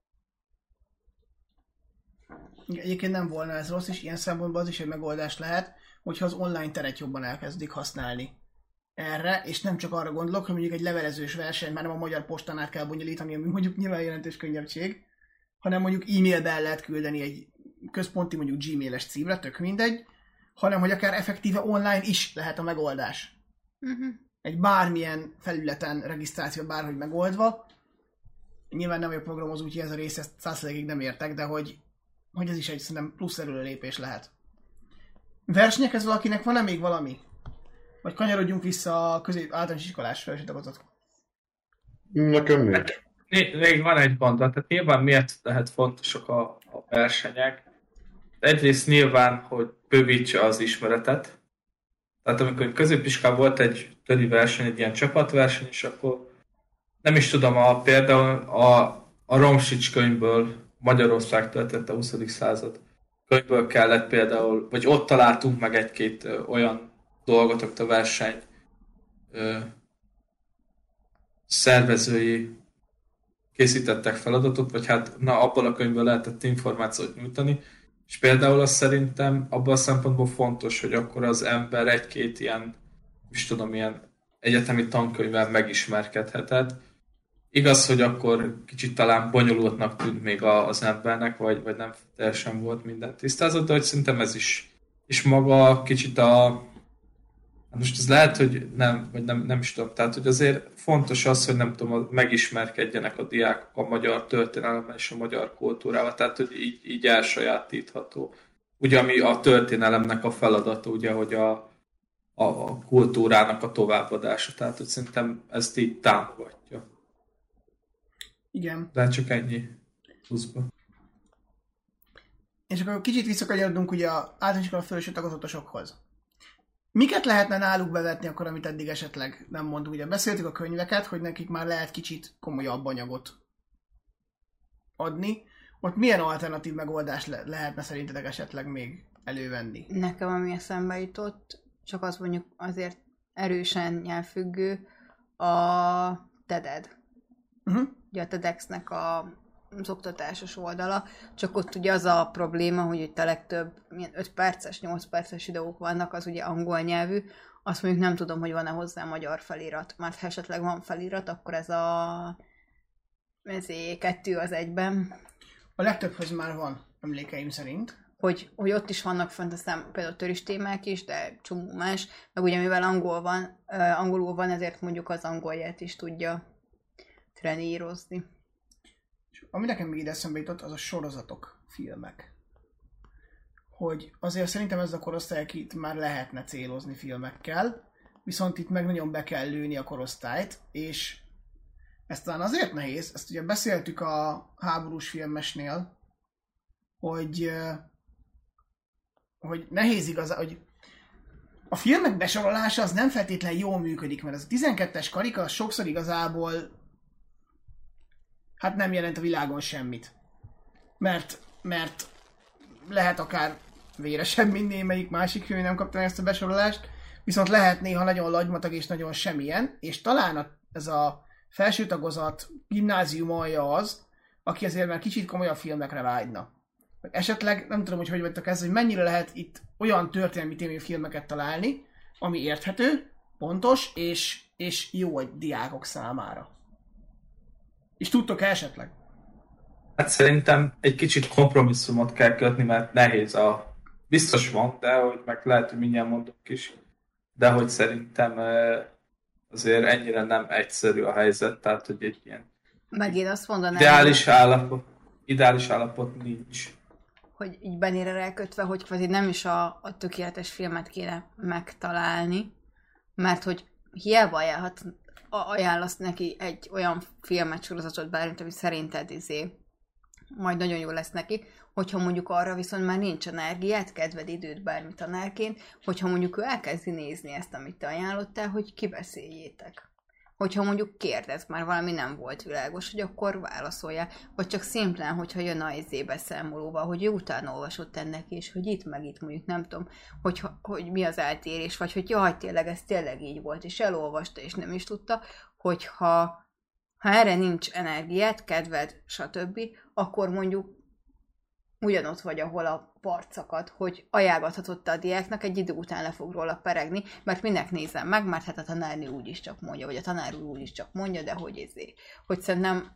Egyébként nem volna ez rossz, és ilyen szempontból az is egy megoldás lehet, hogyha az online teret jobban elkezdik használni erre, és nem csak arra gondolok, hogy mondjuk egy levelezős verseny, már nem a Magyar Postán át kell bonyolítani, ami mondjuk nyilván jelentős könnyebbség, hanem mondjuk e-mailbe el lehet küldeni egy központi mondjuk gmail-es címre, tök mindegy, hanem hogy akár effektíve online is lehet a megoldás. Uh-huh. Egy bármilyen felületen regisztráció bárhogy megoldva. Nyilván nem vagyok programozó, úgyhogy ez a rész ezt száz százalékig nem értek, de hogy, hogy ez is egy szerintem plusz előrelépés lehet. Versenyekhez valakinek van-e még valami? Vagy kanyarodjunk vissza a közép általános iskolás felsőtagozatot? Nekem nincs. Még van egy gondolat, tehát nyilván miért lehet fontosak a, a versenyek. Egyrészt nyilván, hogy bővítse az ismeretet. Tehát amikor középiskolában volt egy töri verseny, egy ilyen csapatverseny, és akkor nem is tudom, a, például a, a Romsics könyvből Magyarország töltette a huszadik század könyvből kellett például, vagy ott találtunk meg egy-két ö, olyan dolgot, amit a verseny ö, szervezői készítettek feladatot, vagy hát na, abban a könyvből lehetett információt nyújtani, és például az szerintem abban a szempontból fontos, hogy akkor az ember egy-két ilyen, is tudom, ilyen egyetemi tankönyvvel megismerkedhetett. Igaz, hogy akkor kicsit talán bonyolultnak tűnt még az embernek, vagy, vagy nem teljesen volt minden tisztázott, de hogy szerintem ez is, és maga kicsit a... Most ez lehet, hogy nem, vagy nem, nem is tudom, tehát hogy azért fontos az, hogy nem tudom, megismerkedjenek a diákok a magyar történelemmel és a magyar kultúrával, tehát hogy így, így elsajátítható. Ugye ami a történelemnek a feladata, ugye, hogy a, a, a kultúrának a továbbadása, tehát hogy szerintem ezt így támogatja. Igen. De csak ennyi pluszba. És akkor kicsit visszakanyarodunk ugye az általános iskola felső tagozatosokhoz. Miket lehetne náluk bevetni akkor, amit eddig esetleg nem mondunk? Ugye beszéltük a könyveket, hogy nekik már lehet kicsit komolyabb anyagot adni. Ott milyen alternatív megoldás le- lehetne szerintetek esetleg még elővenni? Nekem ami eszembe jutott, csak az mondjuk azért erősen nyelvfüggő, a TED-ed. Uh-huh. Ugye a TEDx-nek a az oktatásos oldala, csak ott ugye az a probléma, hogy itt a legtöbb milyen öt perces, nyolc perces videók vannak, az ugye angol nyelvű, azt mondjuk nem tudom, hogy van-e hozzá magyar felirat, mert ha esetleg van felirat, akkor ez a ezé kettő az egyben. A legtöbbhöz már van, emlékeim szerint. Hogy, hogy ott is vannak fent aztán például töris témák is, de csomó más, meg ugye mivel angol van, uh, angolul van, ezért mondjuk az angolját is tudja trenírozni. Ami nekem még ide eszembe jutott, az a sorozatok, filmek. Hogy azért szerintem ez a korosztály, itt már lehetne célozni filmekkel, viszont itt meg nagyon be kell lőni a korosztályt, és ez talán azért nehéz, ezt ugye beszéltük a háborús filmesnél, hogy, hogy nehéz igaz, hogy a filmek besorolása az nem feltétlenül jól működik, mert ez a tizenkettes karika az sokszor igazából hát nem jelent a világon semmit. Mert, mert lehet akár véresebb, mint némelyik másik film, nem kapta ezt a besorolást, viszont lehet néha nagyon lagymatag és nagyon semmilyen, és talán a, ez a felső tagozat gimnázium alja az, aki azért már kicsit komolyabb filmekre vágyna. Esetleg nem tudom, hogy hogy vagytok ez, hogy mennyire lehet itt olyan történelmi témű filmeket találni, ami érthető, pontos, és, és jó egy diákok számára. És tudtok esetleg? Hát szerintem egy kicsit kompromisszumot kell kötni, mert nehéz a... Biztos van, de hogy meg lehet, hogy mindjárt mondok is. de hogy szerintem azért ennyire nem egyszerű a helyzet, tehát hogy egy ilyen Meg én azt mondanám, ideális állapot, ideális állapot nincs. hogy így Bennyre rákötve, hogy kvázi nem is a, a tökéletes filmet kéne megtalálni, mert hogy hiába ajánlhat, ajánlasz neki egy olyan filmet, sorozatot, bármint, ami szerinted izé, majd nagyon jó lesz neki, hogyha mondjuk arra viszont már nincs energiát, kedved, időt bármi tanárként, hogyha mondjuk ő elkezdi nézni ezt, amit te ajánlottál, hogy kibeszéljétek. Hogyha mondjuk kérdez, már valami nem volt világos, hogy akkor válaszoljál, vagy csak szimplán, hogyha jön a izé beszámolóval, hogy ő utána olvasott ennek, és hogy itt meg itt mondjuk nem tudom, hogy, hogy mi az eltérés, vagy hogy jaj, tényleg ez tényleg így volt, és elolvasta, és nem is tudta, hogyha ha erre nincs energiát, kedved, stb., akkor mondjuk ugyanott vagy, ahol a part szakad, hogy ajánlgathatod a diáknak, egy idő után le fog róla peregni, mert minek nézem meg, mert hát a tanárnő úgyis csak mondja, vagy a tanár úr úgyis csak mondja, de hogy ezért. Hogy szerintem,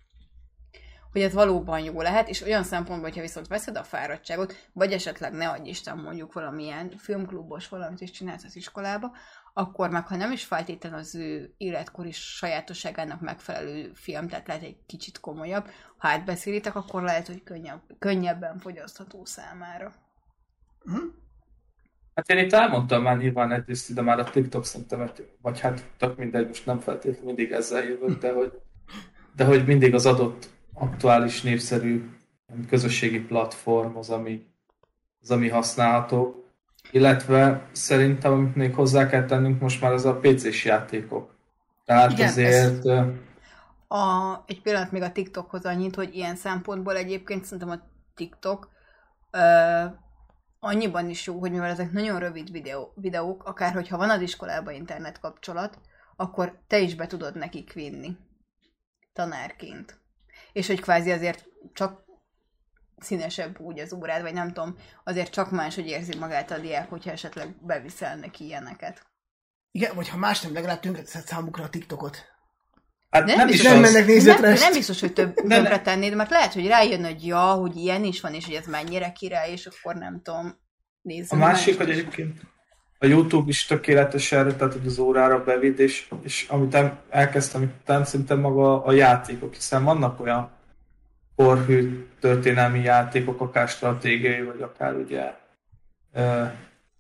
hogy ez valóban jó lehet, és olyan szempontból, hogyha viszont veszed a fáradtságot, vagy esetleg ne adj Isten mondjuk valamilyen filmklubos valamit is csinálsz az iskolába, akkor meg, ha nem is feltétlenül az ő életkori sajátosságának megfelelő film, tehát lehet egy kicsit komolyabb, ha átbeszélitek, akkor lehet, hogy könnyebb, könnyebben fogyasztható számára. Uh-huh. Hát én itt elmondtam már nyilván egyrészt, de már a TikTok szerintem, vagy hát tök mindegy, most nem feltétlenül mindig ezzel jövök, de hogy, de hogy mindig az adott aktuális, népszerű közösségi platform az, ami, az, ami használható. Illetve szerintem, amit még hozzá kell tennünk most már, az a pé cés játékok. Tehát igen, azért... Ez... A, egy pillanat még a TikTokhoz annyit, hogy ilyen szempontból egyébként szerintem a TikTok ö, annyiban is jó, hogy mivel ezek nagyon rövid videó, videók, akár hogyha van az iskolában internet kapcsolat, akkor te is be tudod nekik vinni tanárként. És hogy kvázi azért csak színesebb úgy az órád, vagy nem tudom, azért csak máshogy érzi magát a diák, hogyha esetleg beviszel neki ilyeneket. Igen, vagy ha más nem, legalább tönkreteszed számukra a TikTokot. Hát nem, nem, biztos, is nem az... mennek nem, nézetre. nem biztos, hogy több tönkre tennéd, mert lehet, hogy rájön, hogy ja, hogy ilyen is van, és hogy ez mennyire király, és akkor nem tudom, nézni. A másik, hogy egyébként a YouTube is tökéletes erre, tehát hogy az órára bevidd, és, és amit elkezdtem, itt szerintem maga a játékok, hiszen vannak olyan korhű történelmi játékok, akár stratégiai, vagy akár ugye uh,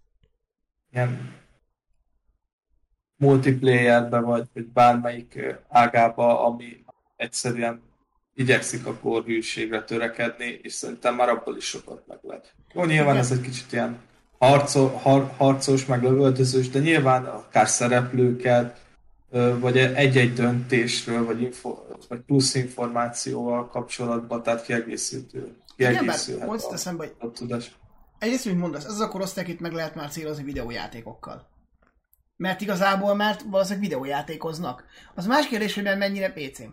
ilyen multiplayerbe, vagy, vagy bármelyik ágába, ami egyszerűen igyekszik a korhűségre törekedni, és szerintem már abból is sokat meg lehet. Jó, nyilván ez egy kicsit ilyen harco, har, harcos, meg lövöldözős, de nyilván akár szereplőket, vagy egy-egy döntésről, vagy, info, vagy plusz információval kapcsolatban, tehát kiegészítő. kiegészülhet Igen, bár eszembe, hogy a tudás. Egyrészt, mint mondasz, ez az a korosztály, itt meg lehet már célozni videójátékokkal. Mert igazából már valószínűleg videójátékoznak. Az más kérdés, hogy mennyire pé cén.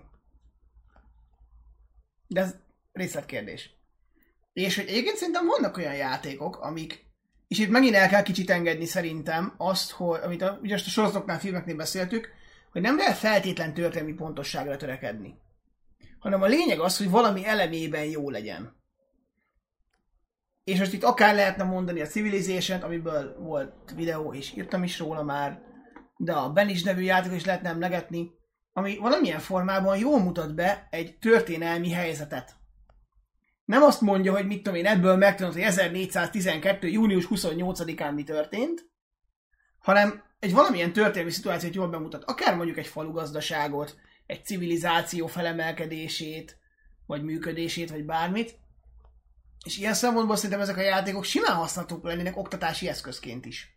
De ez részletkérdés. És hogy egyébként szerintem vannak olyan játékok, amik, és itt megint el kell kicsit engedni szerintem azt, hogy, amit a, ugye a sorozatoknál, filmeknél beszéltük, hogy nem lehet feltétlen történelmi pontosságra törekedni. Hanem a lényeg az, hogy valami elemében jó legyen. És most itt akár lehetne mondani a Civilization-t, amiből volt videó, és írtam is róla már, de a Benish nevű játékot is lehetne emlegetni, ami valamilyen formában jól mutat be egy történelmi helyzetet. Nem azt mondja, hogy mit tudom én, ebből megtanult, hogy ezernégyszáztizenkettő. június huszonnyolcadikán mi történt, hanem egy valamilyen történelmi szituációt jól bemutat. Akár mondjuk egy falugazdaságot, egy civilizáció felemelkedését, vagy működését, vagy bármit. És ilyen szempontból szerintem ezek a játékok simán használhatók lennének oktatási eszközként is.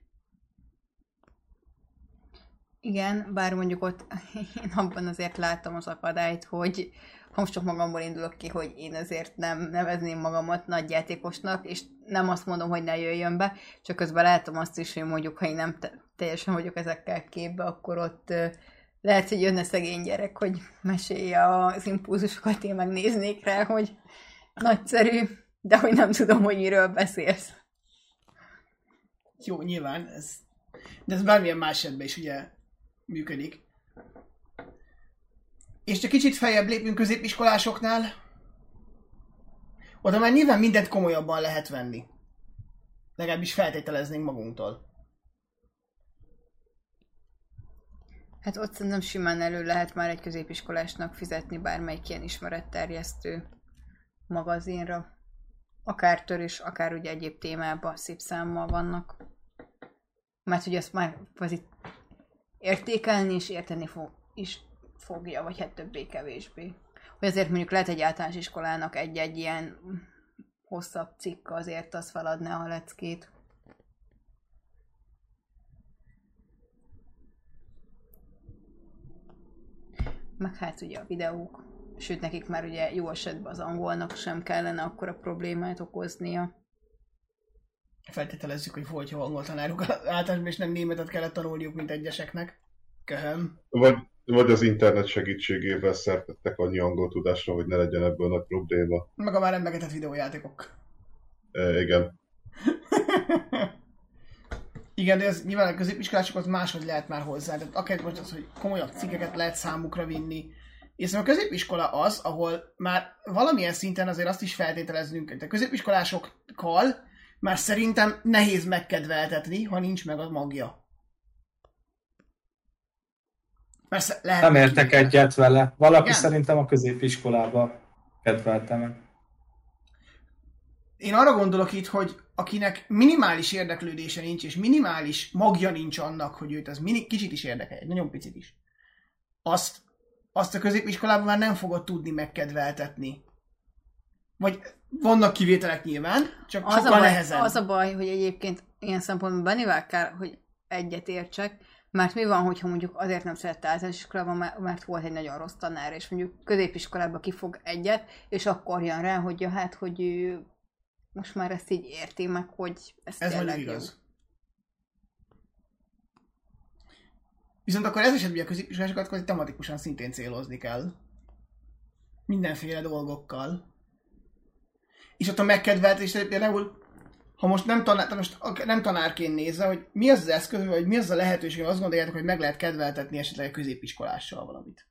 Igen, bár mondjuk ott én abban azért láttam az akadályt, hogy ha most csak magamból indulok ki, hogy én azért nem nevezném magamat nagyjátékosnak, és nem azt mondom, hogy ne jöjjön be, csak közben látom azt is, hogy mondjuk, ha én nem te- teljesen vagyok ezekkel képbe, akkor ott uh, lehet, hogy jönne szegény gyerek, hogy mesélje az impulzusokat, én megnéznék rá, hogy nagyszerű, de hogy nem tudom, hogy miről beszélsz. Jó, nyilván, ez, de ez bármilyen más esetben is ugye működik. És csak kicsit feljebb lépünk középiskolásoknál, oda már nyilván mindent komolyabban lehet venni. Legalábbis feltételeznénk magunktól. Hát ott szerintem simán elő lehet már egy középiskolásnak fizetni bármelyik ilyen ismeretterjesztő magazinra. Akár törés, akár ugye egyéb témában szép számmal vannak. Mert hogy azt már kvázi értékelni és érteni fog, is fogja, vagy hát többé-kevésbé. Hogy azért mondjuk lehet egy általános iskolának egy-egy ilyen hosszabb cikk azért az feladná a leckét. Meg hát ugye a videók, sőt nekik már ugye jó esetben az angolnak sem kellene akkora problémát okoznia. Feltételezzük, hogy volt jó angol tanáruk általában, és nem németet kellett tanulniuk, mint egyeseknek. Köhöm. Vagy, vagy az internet segítségével szertettek annyi angol tudásra, hogy ne legyen ebből nagy probléma. Meg a már emlegetett videójátékok. E, igen. Igen, de ez nyilván a középiskolásokat máshogy lehet már hozzá. Tehát akár most az, hogy komolyabb cikkeket lehet számukra vinni. És a középiskola az, ahol már valamilyen szinten azért azt is feltételeznünk, hogy a középiskolásokkal már szerintem nehéz megkedveltetni, ha nincs meg a magja. Persze, lehet, nem értek egyet vele. Valaki igen? Szerintem a középiskolába kedvelte meg. Én arra gondolok itt, hogy akinek minimális érdeklődése nincs, és minimális magja nincs annak, hogy őt az mini, kicsit is érdekel, nagyon picit is, azt, azt a középiskolában már nem fogod tudni megkedveltetni. Vagy vannak kivételek nyilván, csak az sokkal a baj, nehezebb. Az a baj, hogy egyébként ilyen szempontból Bennivel kell, hogy egyet értsek, mert mi van, hogyha mondjuk azért nem szerette általános iskolában, mert volt egy nagyon rossz tanár, és mondjuk középiskolában kifog egyet, és akkor jön rá, hogy ja, hát, hogy ő most már ezt így érti meg, hogy ez, ez tényleg igaz. jó. Viszont akkor ez esetben a középiskolásokat tematikusan szintén célozni kell. Mindenféle dolgokkal. És ott a megkedveltés, például, ha most nem, tanár, most nem tanárként nézve, hogy mi az az eszköz, vagy mi az a lehetőség, hogy azt gondoljátok, hogy meg lehet kedveltetni esetleg a középiskolással valamit.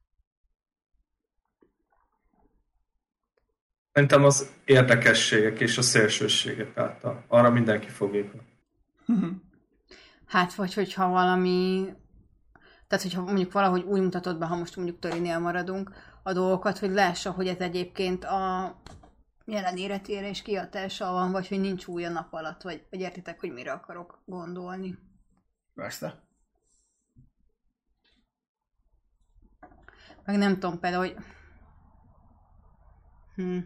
Szerintem az érdekességek és a szélsőségek által. Arra mindenki fog épülni. Hát, vagy hogyha valami... Tehát, hogyha mondjuk valahogy úgy mutatod be, ha most mondjuk Törinél maradunk, a dolgokat, hogy lássa, hogy ez egyébként a jelen életére is kihatással van, vagy hogy nincs új a nap alatt, vagy, vagy értitek, hogy mire akarok gondolni. Persze. Meg nem tudom például, hogy... Hm.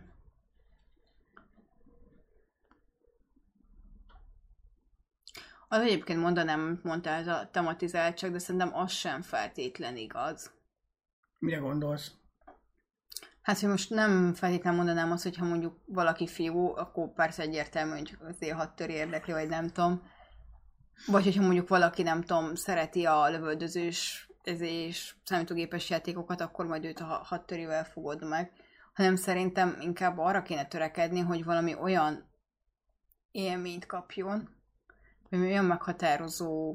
Az egyébként mondanám, amit mondtál, ez a tematizáltság, de szerintem az sem feltétlen igaz. Mire gondolsz? Hát, hogy most nem feltétlenül mondanám azt, hogyha mondjuk valaki fiú, akkor persze egyértelmű, hogy azért hattör érdekli, vagy nem tudom. Vagy hogyha mondjuk valaki, nem tudom, szereti a lövöldözős és számítógépes játékokat, akkor majd őt a hattörivel fogod meg. Hanem szerintem inkább arra kéne törekedni, hogy valami olyan élményt kapjon, vagy olyan meghatározó,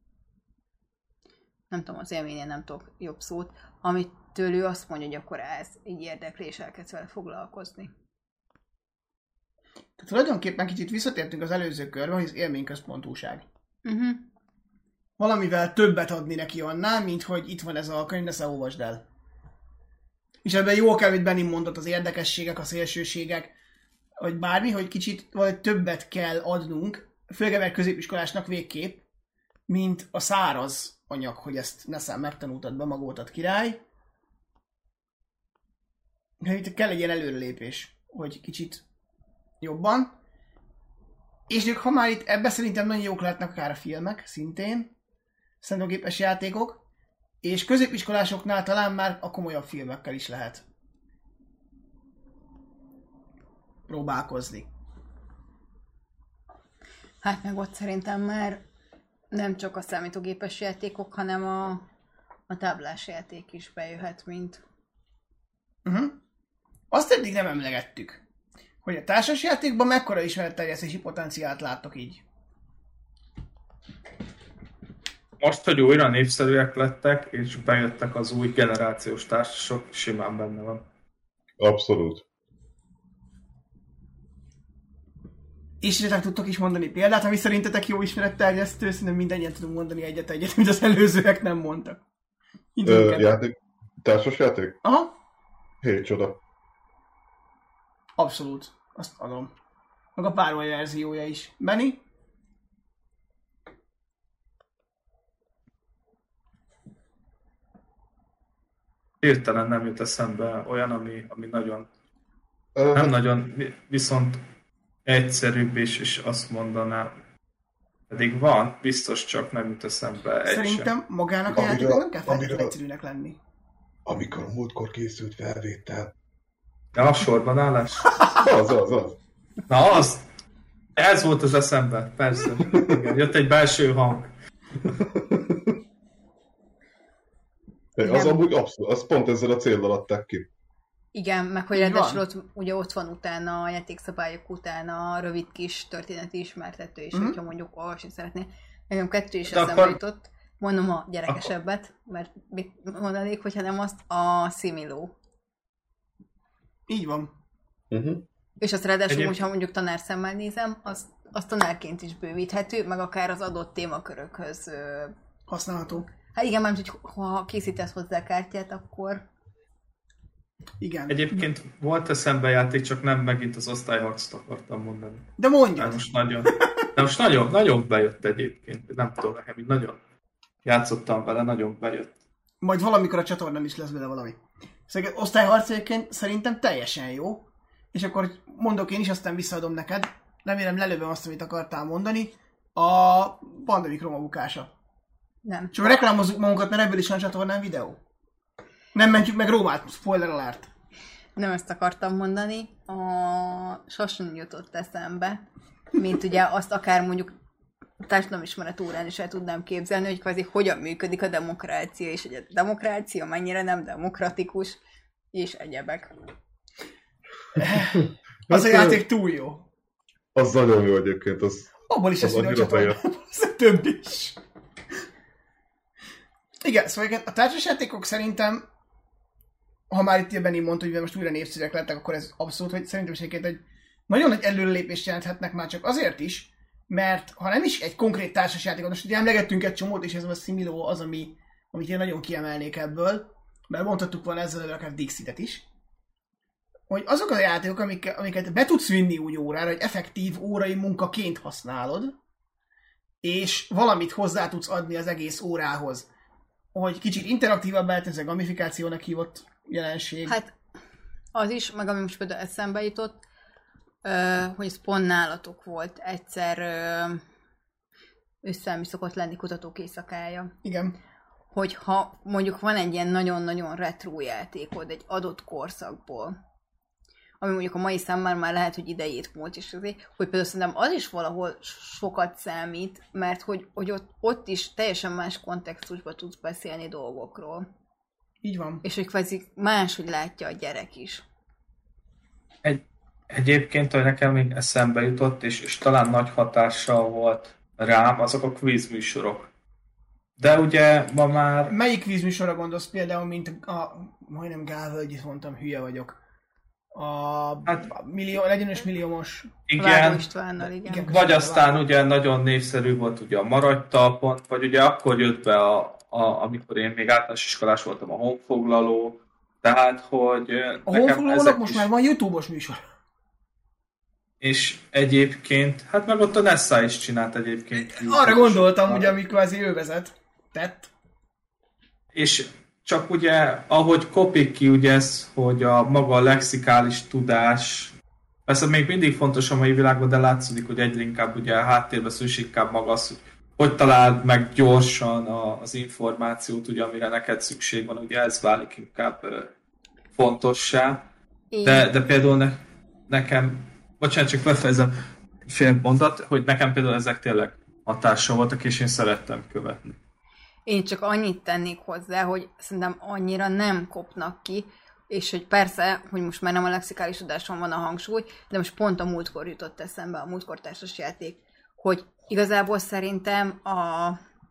nem tudom, az élményen nem tudok jobb szót, amit tőlő azt mondja, hogy akkor ez így érdekli, és elkezd vele foglalkozni. Tehát tulajdonképpen kicsit visszatértünk az előző körbe, hogy az élményközpontúság. Uh-huh. Valamivel többet adni neki annál, mint hogy itt van ez a könyv, ne olvasd el. És ebben jó kell, amit Benni mondott, az érdekességek, a szélsőségek, vagy bármi, hogy kicsit vagy többet kell adnunk, főleg egy középiskolásnak végképp, mint a száraz anyag, hogy ezt ne szám megtanultad be, magoltad király. Itt kell egy ilyen előrelépés, hogy kicsit jobban. És ha már itt ebben szerintem nagyon jók lehetnek akár a filmek, szintén, számítógépes játékok, és középiskolásoknál talán már a komolyabb filmekkel is lehet próbálkozni. Hát meg ott szerintem már nem csak a számítógépes játékok, hanem a, a táblás játék is bejöhet, mint... Uh-huh. Azt eddig nem emlegettük, hogy a társasjátékban mekkora ismeretterjesztési potenciált láttok így. Most, hogy újra népszerűek lettek, és bejöttek az új generációs társasok, simán benne van. Abszolút. És esetleg tudtok is mondani példát, ami szerintetek jó ismeretterjesztő, szerintem mindannyian tudunk mondani egyet-egyet, mint az előzőek nem mondtak. Ö, játék, társas játék? Aha. Hét csoda. Abszolút. Azt adom. Meg a pároly verziója is. Benny? Hirtelen nem jut eszembe olyan, ami, ami nagyon, Ö, nem nagyon, viszont egyszerűbb, és, és azt mondanám, pedig van, biztos csak nem jut eszembe egy Szerintem sem. magának a Amiről- játéknak nem kell feltétlenül amiről- egyszerűnek lenni. Amikor múltkor készült felvétel. De a sorban állás? Az, az, az. Na az! Ez volt az eszembe, persze. Igen, jött egy belső hang. Az Nem. amúgy abszolút, az pont ezzel a céllal adták ki. Igen, meg hogy Így ráadásul van. ott, ugye ott van utána a játékszabályok után a rövid kis történeti ismertető is, Mhm. hogyha mondjuk olvasni szeretné. Nekem kettő is De eszembe akkor- jutott. Mondom a gyerekesebbet, mert mit mondanék, hogyha nem azt, a Similó. Így van. Uh-huh. És azt ráadásul, Egyéb- hogyha mondjuk tanárszemmel nézem, az, az tanárként is bővíthető, meg akár az adott témakörökhöz. ö, Használható. Hát igen, mert hogy ha készítesz hozzá kártyát, akkor Igen. Egyébként volt eszembe játék, csak nem megint az osztályharcot akartam mondani. De De mondjad. most nagyon, de most nagyon, nagyon bejött egyébként. Nem tudom, nekem így nagyon játszottam vele, nagyon bejött. Majd valamikor a csatornán is lesz vele valami. Szóval osztályharc egyébként szerintem teljesen jó. És akkor mondok én is, aztán visszaadom neked. Remélem lelövöm azt, amit akartál mondani. A Pandemic Roma bukása. nem. Csak reklámozzuk magunkat, mert ebből is van csatornán videó. Nem mentjük meg Rómát, spoiler alert. Nem ezt akartam mondani. A Sason jutott eszembe, mint ugye azt akár mondjuk társadalomismeret órán is el tudnám képzelni, hogy kvázi hogyan működik a demokrácia, és hogy a demokrácia mennyire nem demokratikus, és egyebek. Az a Hát, játék túl jó. Az nagyon jó egyébként, az, Abból is az lesz videó a annyira csatornán. bejött. Az több is. Igen, szóval igen, a társasjátékok szerintem, ha már itt Benni mondta, hogy most újra népszerűek lettek, akkor ez abszolút, hogy szerintem is egyébként egy nagyon nagy előrelépést jelenthetnek már csak azért is, mert ha nem is egy konkrét társasjátékot, most ugye emlegettünk egy csomót, és ez a Similó az, ami, amit én nagyon kiemelnék ebből, mert mondhattuk volna ezzel akár Dixit-et is, hogy azok a játékok, amik, amiket be tudsz vinni úgy órára, hogy effektív órai munkaként használod, és valamit hozzá tudsz adni az egész órához, hogy kicsit interaktívabb lehet, ez a gamifikációnak hívott jelenség. Hát az is, meg ami most például eszembe jutott, ö, hogy Spawn nálatok volt egyszer ö, össze, szokott lenni kutatók éjszakája. Igen. Hogyha mondjuk van egy ilyen nagyon-nagyon retro játékod egy adott korszakból, ami mondjuk a mai szemmel már lehet, hogy idejét múlt, és azért, hogy például szerintem az is valahol sokat számít, mert hogy, hogy ott, ott is teljesen más kontextusban tudsz beszélni dolgokról. Így van. És hogy kvázi máshogy látja a gyerek is. Egy, egyébként, hogy nekem még eszembe jutott, és, és talán nagy hatással volt rám, azok a quiz műsorok. De ugye ma már... Melyik vízműsorra gondolsz például, mint a... Majdnem Gálvölgyit mondtam, hülye vagyok. A, Hát- a millió, legyenes milliómos... Vágó Igen, Istvánnal, igen. Igen. vagy aztán ugye nagyon népszerű volt ugye a Maradj talpon, vagy ugye akkor jött be, a, a, amikor én még általános iskolás voltam, a honfoglaló, tehát, hogy A nekem honfoglalónak ezek most is- már van YouTube-os műsor. És egyébként, hát meg ott a Nessa is csinált egyébként. Arra gondoltam, ugye, amikor az ő vezet. Tett. És csak ugye, ahogy kopik ki ugye ez, hogy a maga a lexikális tudás, persze még mindig fontos a mai világban, de látszik, hogy egyre inkább ugye a háttérbe szűs inkább maga az, hogy hogy találd meg gyorsan a, az információt, ugye, amire neked szükség van, ugye ez válik inkább ö, fontossá. De, de például ne, nekem, bocsánat, csak befejezem fél mondat, hogy nekem például ezek tényleg hatással voltak, és én szerettem követni. Én csak annyit tennék hozzá, hogy szerintem annyira nem kopnak ki, és hogy persze, hogy most már nem a lexikális tudáson van a hangsúly, de most pont a múltkor jutott eszembe, a múltkor társas játék, hogy igazából szerintem a...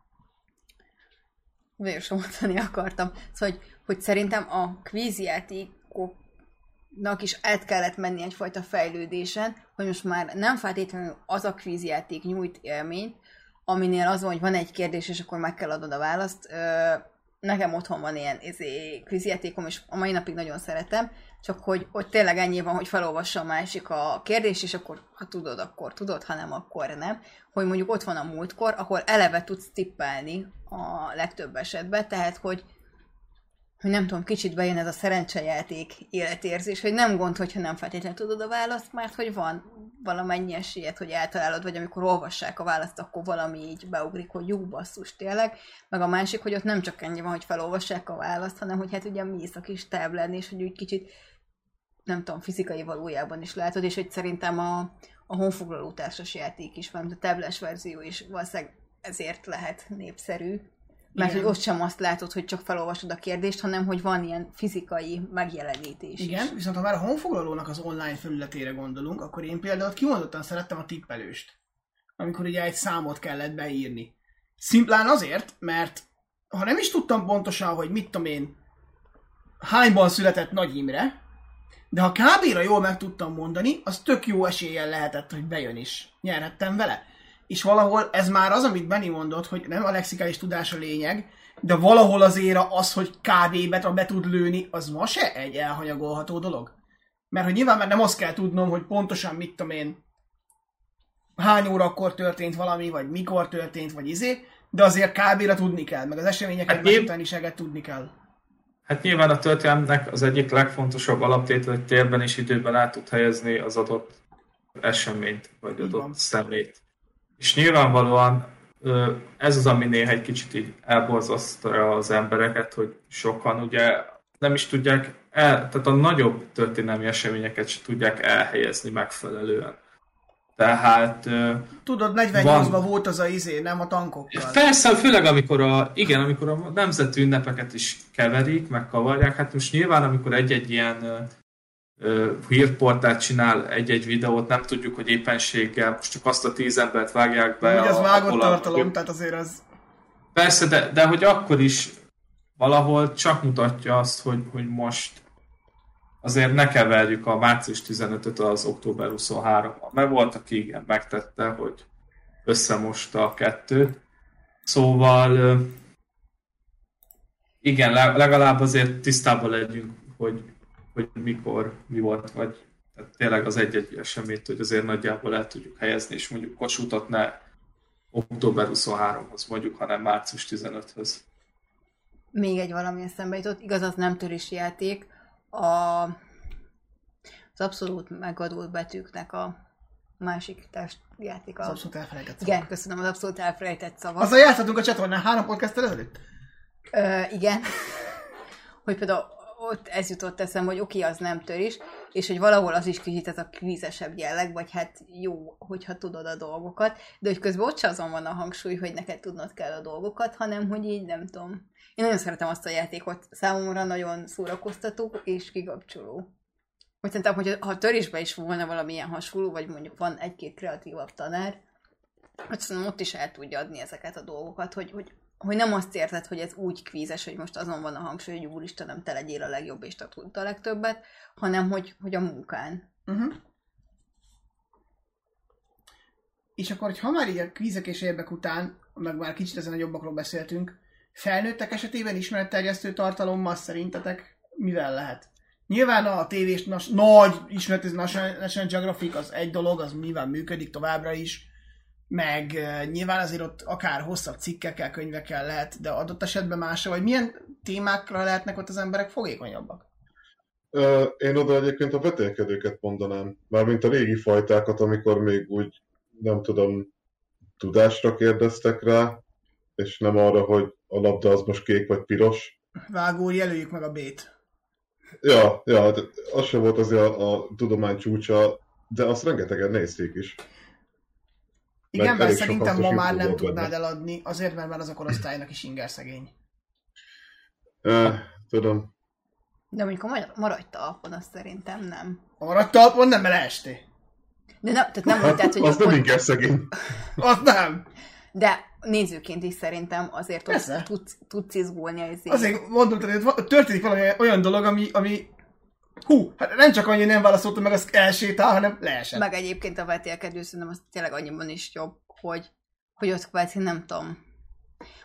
Vérosra mondani akartam. Szóval, hogy, hogy szerintem a kvízjátékoknak is át kellett menni egyfajta fejlődésen, hogy most már nem feltétlenül az a kvízjáték nyújt élményt, aminél az van, hogy van egy kérdés, és akkor meg kell adnod a választ. Ö, nekem otthon van ilyen izé, kvízjátékom, és a mai napig nagyon szeretem, csak hogy ott tényleg ennyi van, hogy felolvassa a másik a kérdést, és akkor ha tudod, akkor tudod, ha nem, akkor nem. Hogy mondjuk ott van a múltkor, ahol eleve tudsz tippelni a legtöbb esetben, tehát hogy hogy nem tudom, kicsit bejön ez a szerencsejáték életérzés, hogy nem gond, hogyha nem feltétlenül tudod a választ, mert hogy van valamennyi esélyed, hogy eltalálod, vagy amikor olvassák a választ, akkor valami így beugrik, hogy jó basszus tényleg. Meg a másik, hogy ott nem csak ennyi van, hogy felolvassák a választ, hanem hogy hát ugye mész a kis táblán, és hogy úgy kicsit, nem tudom, fizikai valójában is látod, és hogy szerintem a, a honfoglaló társas játék is van, a táblás verzió is valószínűleg ezért lehet népszerű. Mert igen. Hogy ott sem azt látod, hogy csak felolvasod a kérdést, hanem hogy van ilyen fizikai megjelenítés. Igen, is. Viszont ha már a honfoglalónak az online felületére gondolunk, akkor én például kimondottan szerettem a tippelőst. Amikor ugye egy számot kellett beírni. Szimplán azért, mert ha nem is tudtam pontosan, hogy mit tudom én, hányban született Nagy Imre, de ha ká bé-ra jól meg tudtam mondani, az tök jó eséllyel lehetett, hogy bejön is. Nyerhettem vele. És valahol ez már az, amit Benni mondott, hogy nem a lexikális tudás a lényeg, de valahol azért az, hogy ká bé-bet be tud lőni, az ma se egy elhanyagolható dolog. Mert hogy nyilván már nem azt kell tudnom, hogy pontosan mit tudom én, hány órakor történt valami, vagy mikor történt, vagy izé, de azért ká bé-ra tudni kell, meg az eseményeket, meg utániságet tudni kell. Hát nyilván a történelmnek az egyik legfontosabb alaptétel, hogy térben és időben át tud helyezni az adott eseményt, vagy adott szemét. És nyilvánvalóan ez az, ami néha egy kicsit így elborzasztja az embereket, hogy sokan ugye nem is tudják, el, tehát a nagyobb történelmi eseményeket sem tudják elhelyezni megfelelően. Tehát... Tudod, negyvennyolcban van... volt az a izé, nem a tankokkal. Persze, főleg amikor a, igen, amikor a nemzeti ünnepeket is keverik, megkavarják, hát most nyilván amikor egy-egy ilyen hírportát csinál egy-egy videót, nem tudjuk, hogy éppenséggel most csak azt a tíz embert vágják be. Úgy az vágott tartalom, a... tehát azért az... Persze, de, de hogy akkor is valahol csak mutatja azt, hogy, hogy most azért ne keverjük a március tizenötöt az október huszonharmadikával. Mert volt, aki igen, megtette, hogy összemosta a kettőt. Szóval igen, legalább azért tisztában legyünk, hogy hogy mikor, mi volt, vagy tehát tényleg az egy-egy eseményt, hogy azért nagyjából el tudjuk helyezni, és mondjuk Kossuthot ne október huszonharmadikahhoz mondjuk, hanem március tizenötödikéhöz. Még egy valami eszembe jutott, igaz, az nem törési játék, a, az abszolút megadott betűknek a másik testjáték. Az abszolút elfelejtett szava. Igen, köszönöm, az abszolút elfelejtett szava. Azzal játszhatunk a csatornán három podcasttel ezelőtt? Ö, igen. Hogy például ott ez jutott eszembe, hogy oké, az nem törés, és hogy valahol az is kicsit ez a kvízesebb jelleg, vagy hát jó, hogyha tudod a dolgokat, de hogy közben ott se azon van a hangsúly, hogy neked tudnod kell a dolgokat, hanem hogy így nem tudom. Én nagyon szeretem azt a játékot, számomra nagyon szórakoztató és kikapcsoló. Hogy szerintem, hogy ha törésben is volna valamilyen hasonló, vagy mondjuk van egy-két kreatívabb tanár, hogy szerintem ott is el tudja adni ezeket a dolgokat, hogy, hogy hogy nem azt érzed, hogy ez úgy kvízes, hogy most azon van a hangsúly, hogy úristen, nem te legyél a legjobb és te tudd a legtöbbet, hanem hogy, hogy a munkán. Uh-huh. És akkor, hogy ha már így a kvízek és érdek után, meg már kicsit ezen a jobbakról beszéltünk, felnőttek esetében ismeretterjesztő tartalommal szerintetek mivel lehet? Nyilván a tévés nas, nagy ismeretező National Geographic az egy dolog, az nyilván működik továbbra is, meg uh, nyilván azért ott akár hosszabb cikkekkel, könyvekkel lehet, de adott esetben másra, vagy milyen témákra lehetnek ott az emberek fogékonyabbak? Uh, én oda egyébként a vetélkedőket mondanám, mármint a régi fajtákat, amikor még úgy, nem tudom, tudásra kérdeztek rá, és nem arra, hogy a labda az most kék vagy piros. Vágó, jelöljük meg a B-t. Ja, ja, az sem volt azért a, a tudomány csúcsa, de azt rengetegen nézték is. Igen, mert szerintem ma már nem tudnád benne eladni, azért, mert már az a korosztálynak is ingerszegény. Eh, tudom. De amikor maradj talpon, azt szerintem nem. Maradj talpon, nem, mert leestél. De nem, tehát nem úgy, tehát, hogy... Az nem ingerszegény. Az nem. De nézőként is szerintem azért ott tudsz, tudsz izgulni. Azért, azért mondom, hogy történik valami olyan dolog, ami, ami hú, hát nem csak annyi nem válaszoltam meg, az elsétál, hanem leesett. Meg egyébként a vetélkedő, szerintem az tényleg annyiban is jobb, hogy, hogy ott kvázi nem tudom,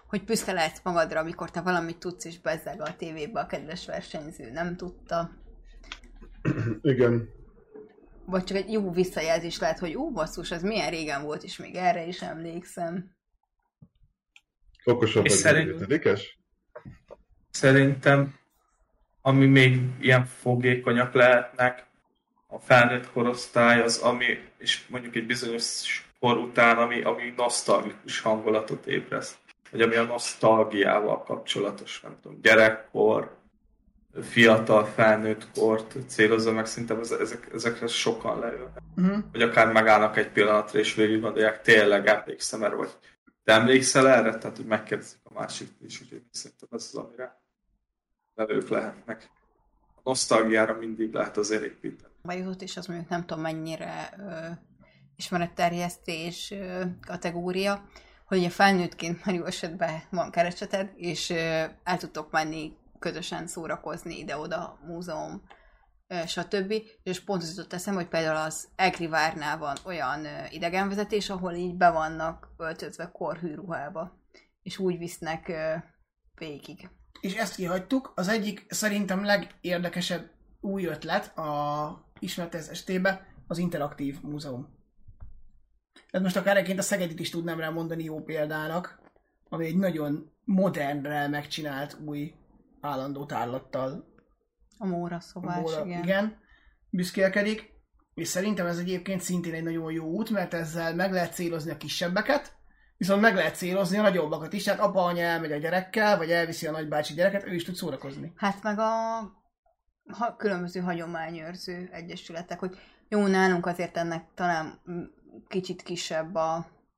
hogy büszke lehetsz magadra, amikor te valamit tudsz, és bezzeg a tévébe a kedves versenyző nem tudta. Igen. Vagy csak egy jó visszajelzés lehet, hogy ó, basszus, ez milyen régen volt, és még erre is emlékszem. Okosabb vagy szerint... ötödikes? Szerintem, ami még ilyen fogékonyak lehetnek, a felnőtt korosztály az, ami, és mondjuk egy bizonyos kor után, ami, ami nosztalgikus hangulatot ébreszt. Vagy ami a nosztalgiával kapcsolatos, nem tudom, gyerekkor, fiatal felnőtt kort célozza meg, szerintem ezek, ezekre sokan leülnek. Uh-huh. Vagy akár megállnak egy pillanatra, és végig gondolják, tényleg emlékszem erre, vagy te emlékszel erre? Tehát, hogy megkérdezik a másikat is, úgyhogy szerintem ez az, amire levők lehetnek. A nosztalgiára mindig lehet azért építeni. Bejutott, és az mondjuk nem tudom mennyire ö, ismeretterjesztés ö, kategória, hogy a felnőttként már jó esetben van kereseted, és ö, el tudtok menni közösen szórakozni ide-oda, múzeum, stb. És pont az jutott eszembe, hogy például az Egrivárnál van olyan idegenvezetés, ahol így be vannak öltözve korhű ruhába, és úgy visznek végig. És ezt kihagytuk. Az egyik szerintem legérdekesebb új ötlet a ismeretes estébe az interaktív múzeum. Ez most akár egyébként a Szegedit is tudnám rá mondani jó példának, ami egy nagyon modernre megcsinált új állandó tárlattal. A Móra szobás, Móra, igen. igen. Büszkélkedik. És szerintem ez egyébként szintén egy nagyon jó út, mert ezzel meg lehet célozni a kisebbeket, viszont meg lehet célozni a nagyobbakat is. Tehát apa, anya elmegy a gyerekkel, vagy elviszi a nagybácsi gyereket, ő is tud szórakozni. Hát meg a ha, különböző hagyományőrző egyesületek, hogy jó, nálunk azért ennek talán kicsit kisebb a,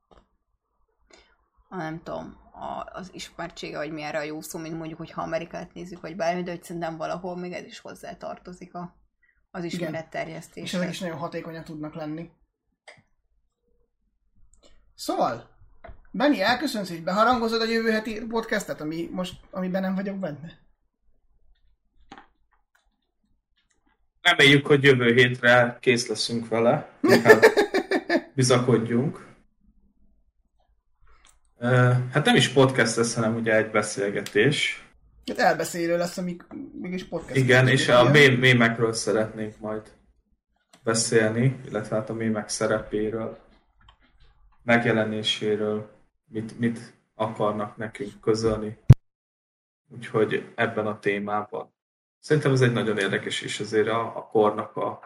a nem tudom, a, az ismertsége, vagy mi erre a jó szó, mint mondjuk, hogyha Amerikát nézzük, vagy bármi, de hogy szerintem valahol még ez is hozzá tartozik a, az ismeretterjesztéshez. És ezek is nagyon hatékonyak tudnak lenni. Szóval, Benni, elköszönsz, hogy beharangozod a jövő heti podcastet, ami most, amiben nem vagyok benne? Reméljük, hogy jövő hétre kész leszünk vele. Hát bizakodjunk. Hát nem is podcast lesz, hanem ugye egy beszélgetés. Hát elbeszélő lesz, amíg mégis podcast. Igen, és a mém- mémekről szeretnénk majd beszélni, illetve hát a mémek szerepéről, megjelenéséről, mit, mit akarnak nekünk közölni. Úgyhogy ebben a témában. Szerintem ez egy nagyon érdekes, és azért a, a kornak a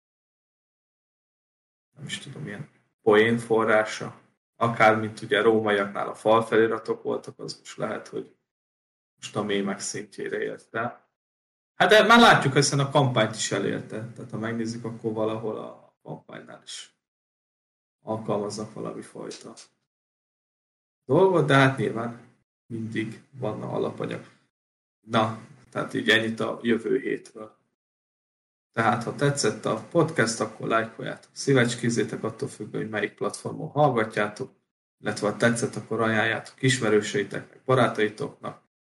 nem is tudom, ilyen poén forrása. Akár, mint ugye rómaiaknál a falfeliratok voltak, az most lehet, hogy most a mémek szintjére ért el. Hát de már látjuk, hiszen a kampányt is elérte. Tehát ha megnézzük, akkor valahol a kampánynál is alkalmaznak valami fajta dolgot, de hát nyilván mindig van a alapanyag. Na, tehát így ennyit a jövő hétről. Tehát, ha tetszett a podcast, akkor lájkoljátok, szívecskézzétek attól függően, hogy melyik platformon hallgatjátok, illetve ha tetszett, akkor ajánljátok ismerőseiteknek, barátaitoknak.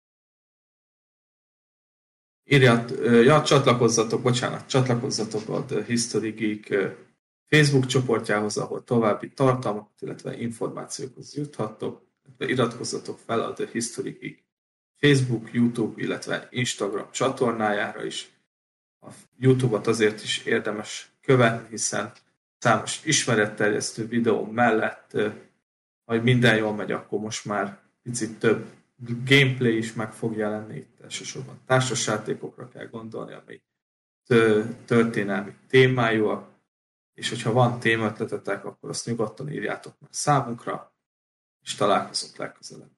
Írjat, ja, csatlakozzatok, bocsánat, csatlakozzatok a The History Geek Facebook csoportjához, ahol további tartalmakat, illetve információkhoz juthattok, illetve iratkozzatok fel a The History Geek Facebook, YouTube, illetve Instagram csatornájára is. A YouTube-ot azért is érdemes követni, hiszen számos ismeretterjesztő videó mellett, ha minden jól megy, akkor most már picit több gameplay is meg fog jelenni. Itt elsősorban társasjátékokra kell gondolni, ami történelmi témájúak, és hogyha van témaötletetek, akkor azt nyugodtan írjátok meg számunkra, és találkozunk legközelebb.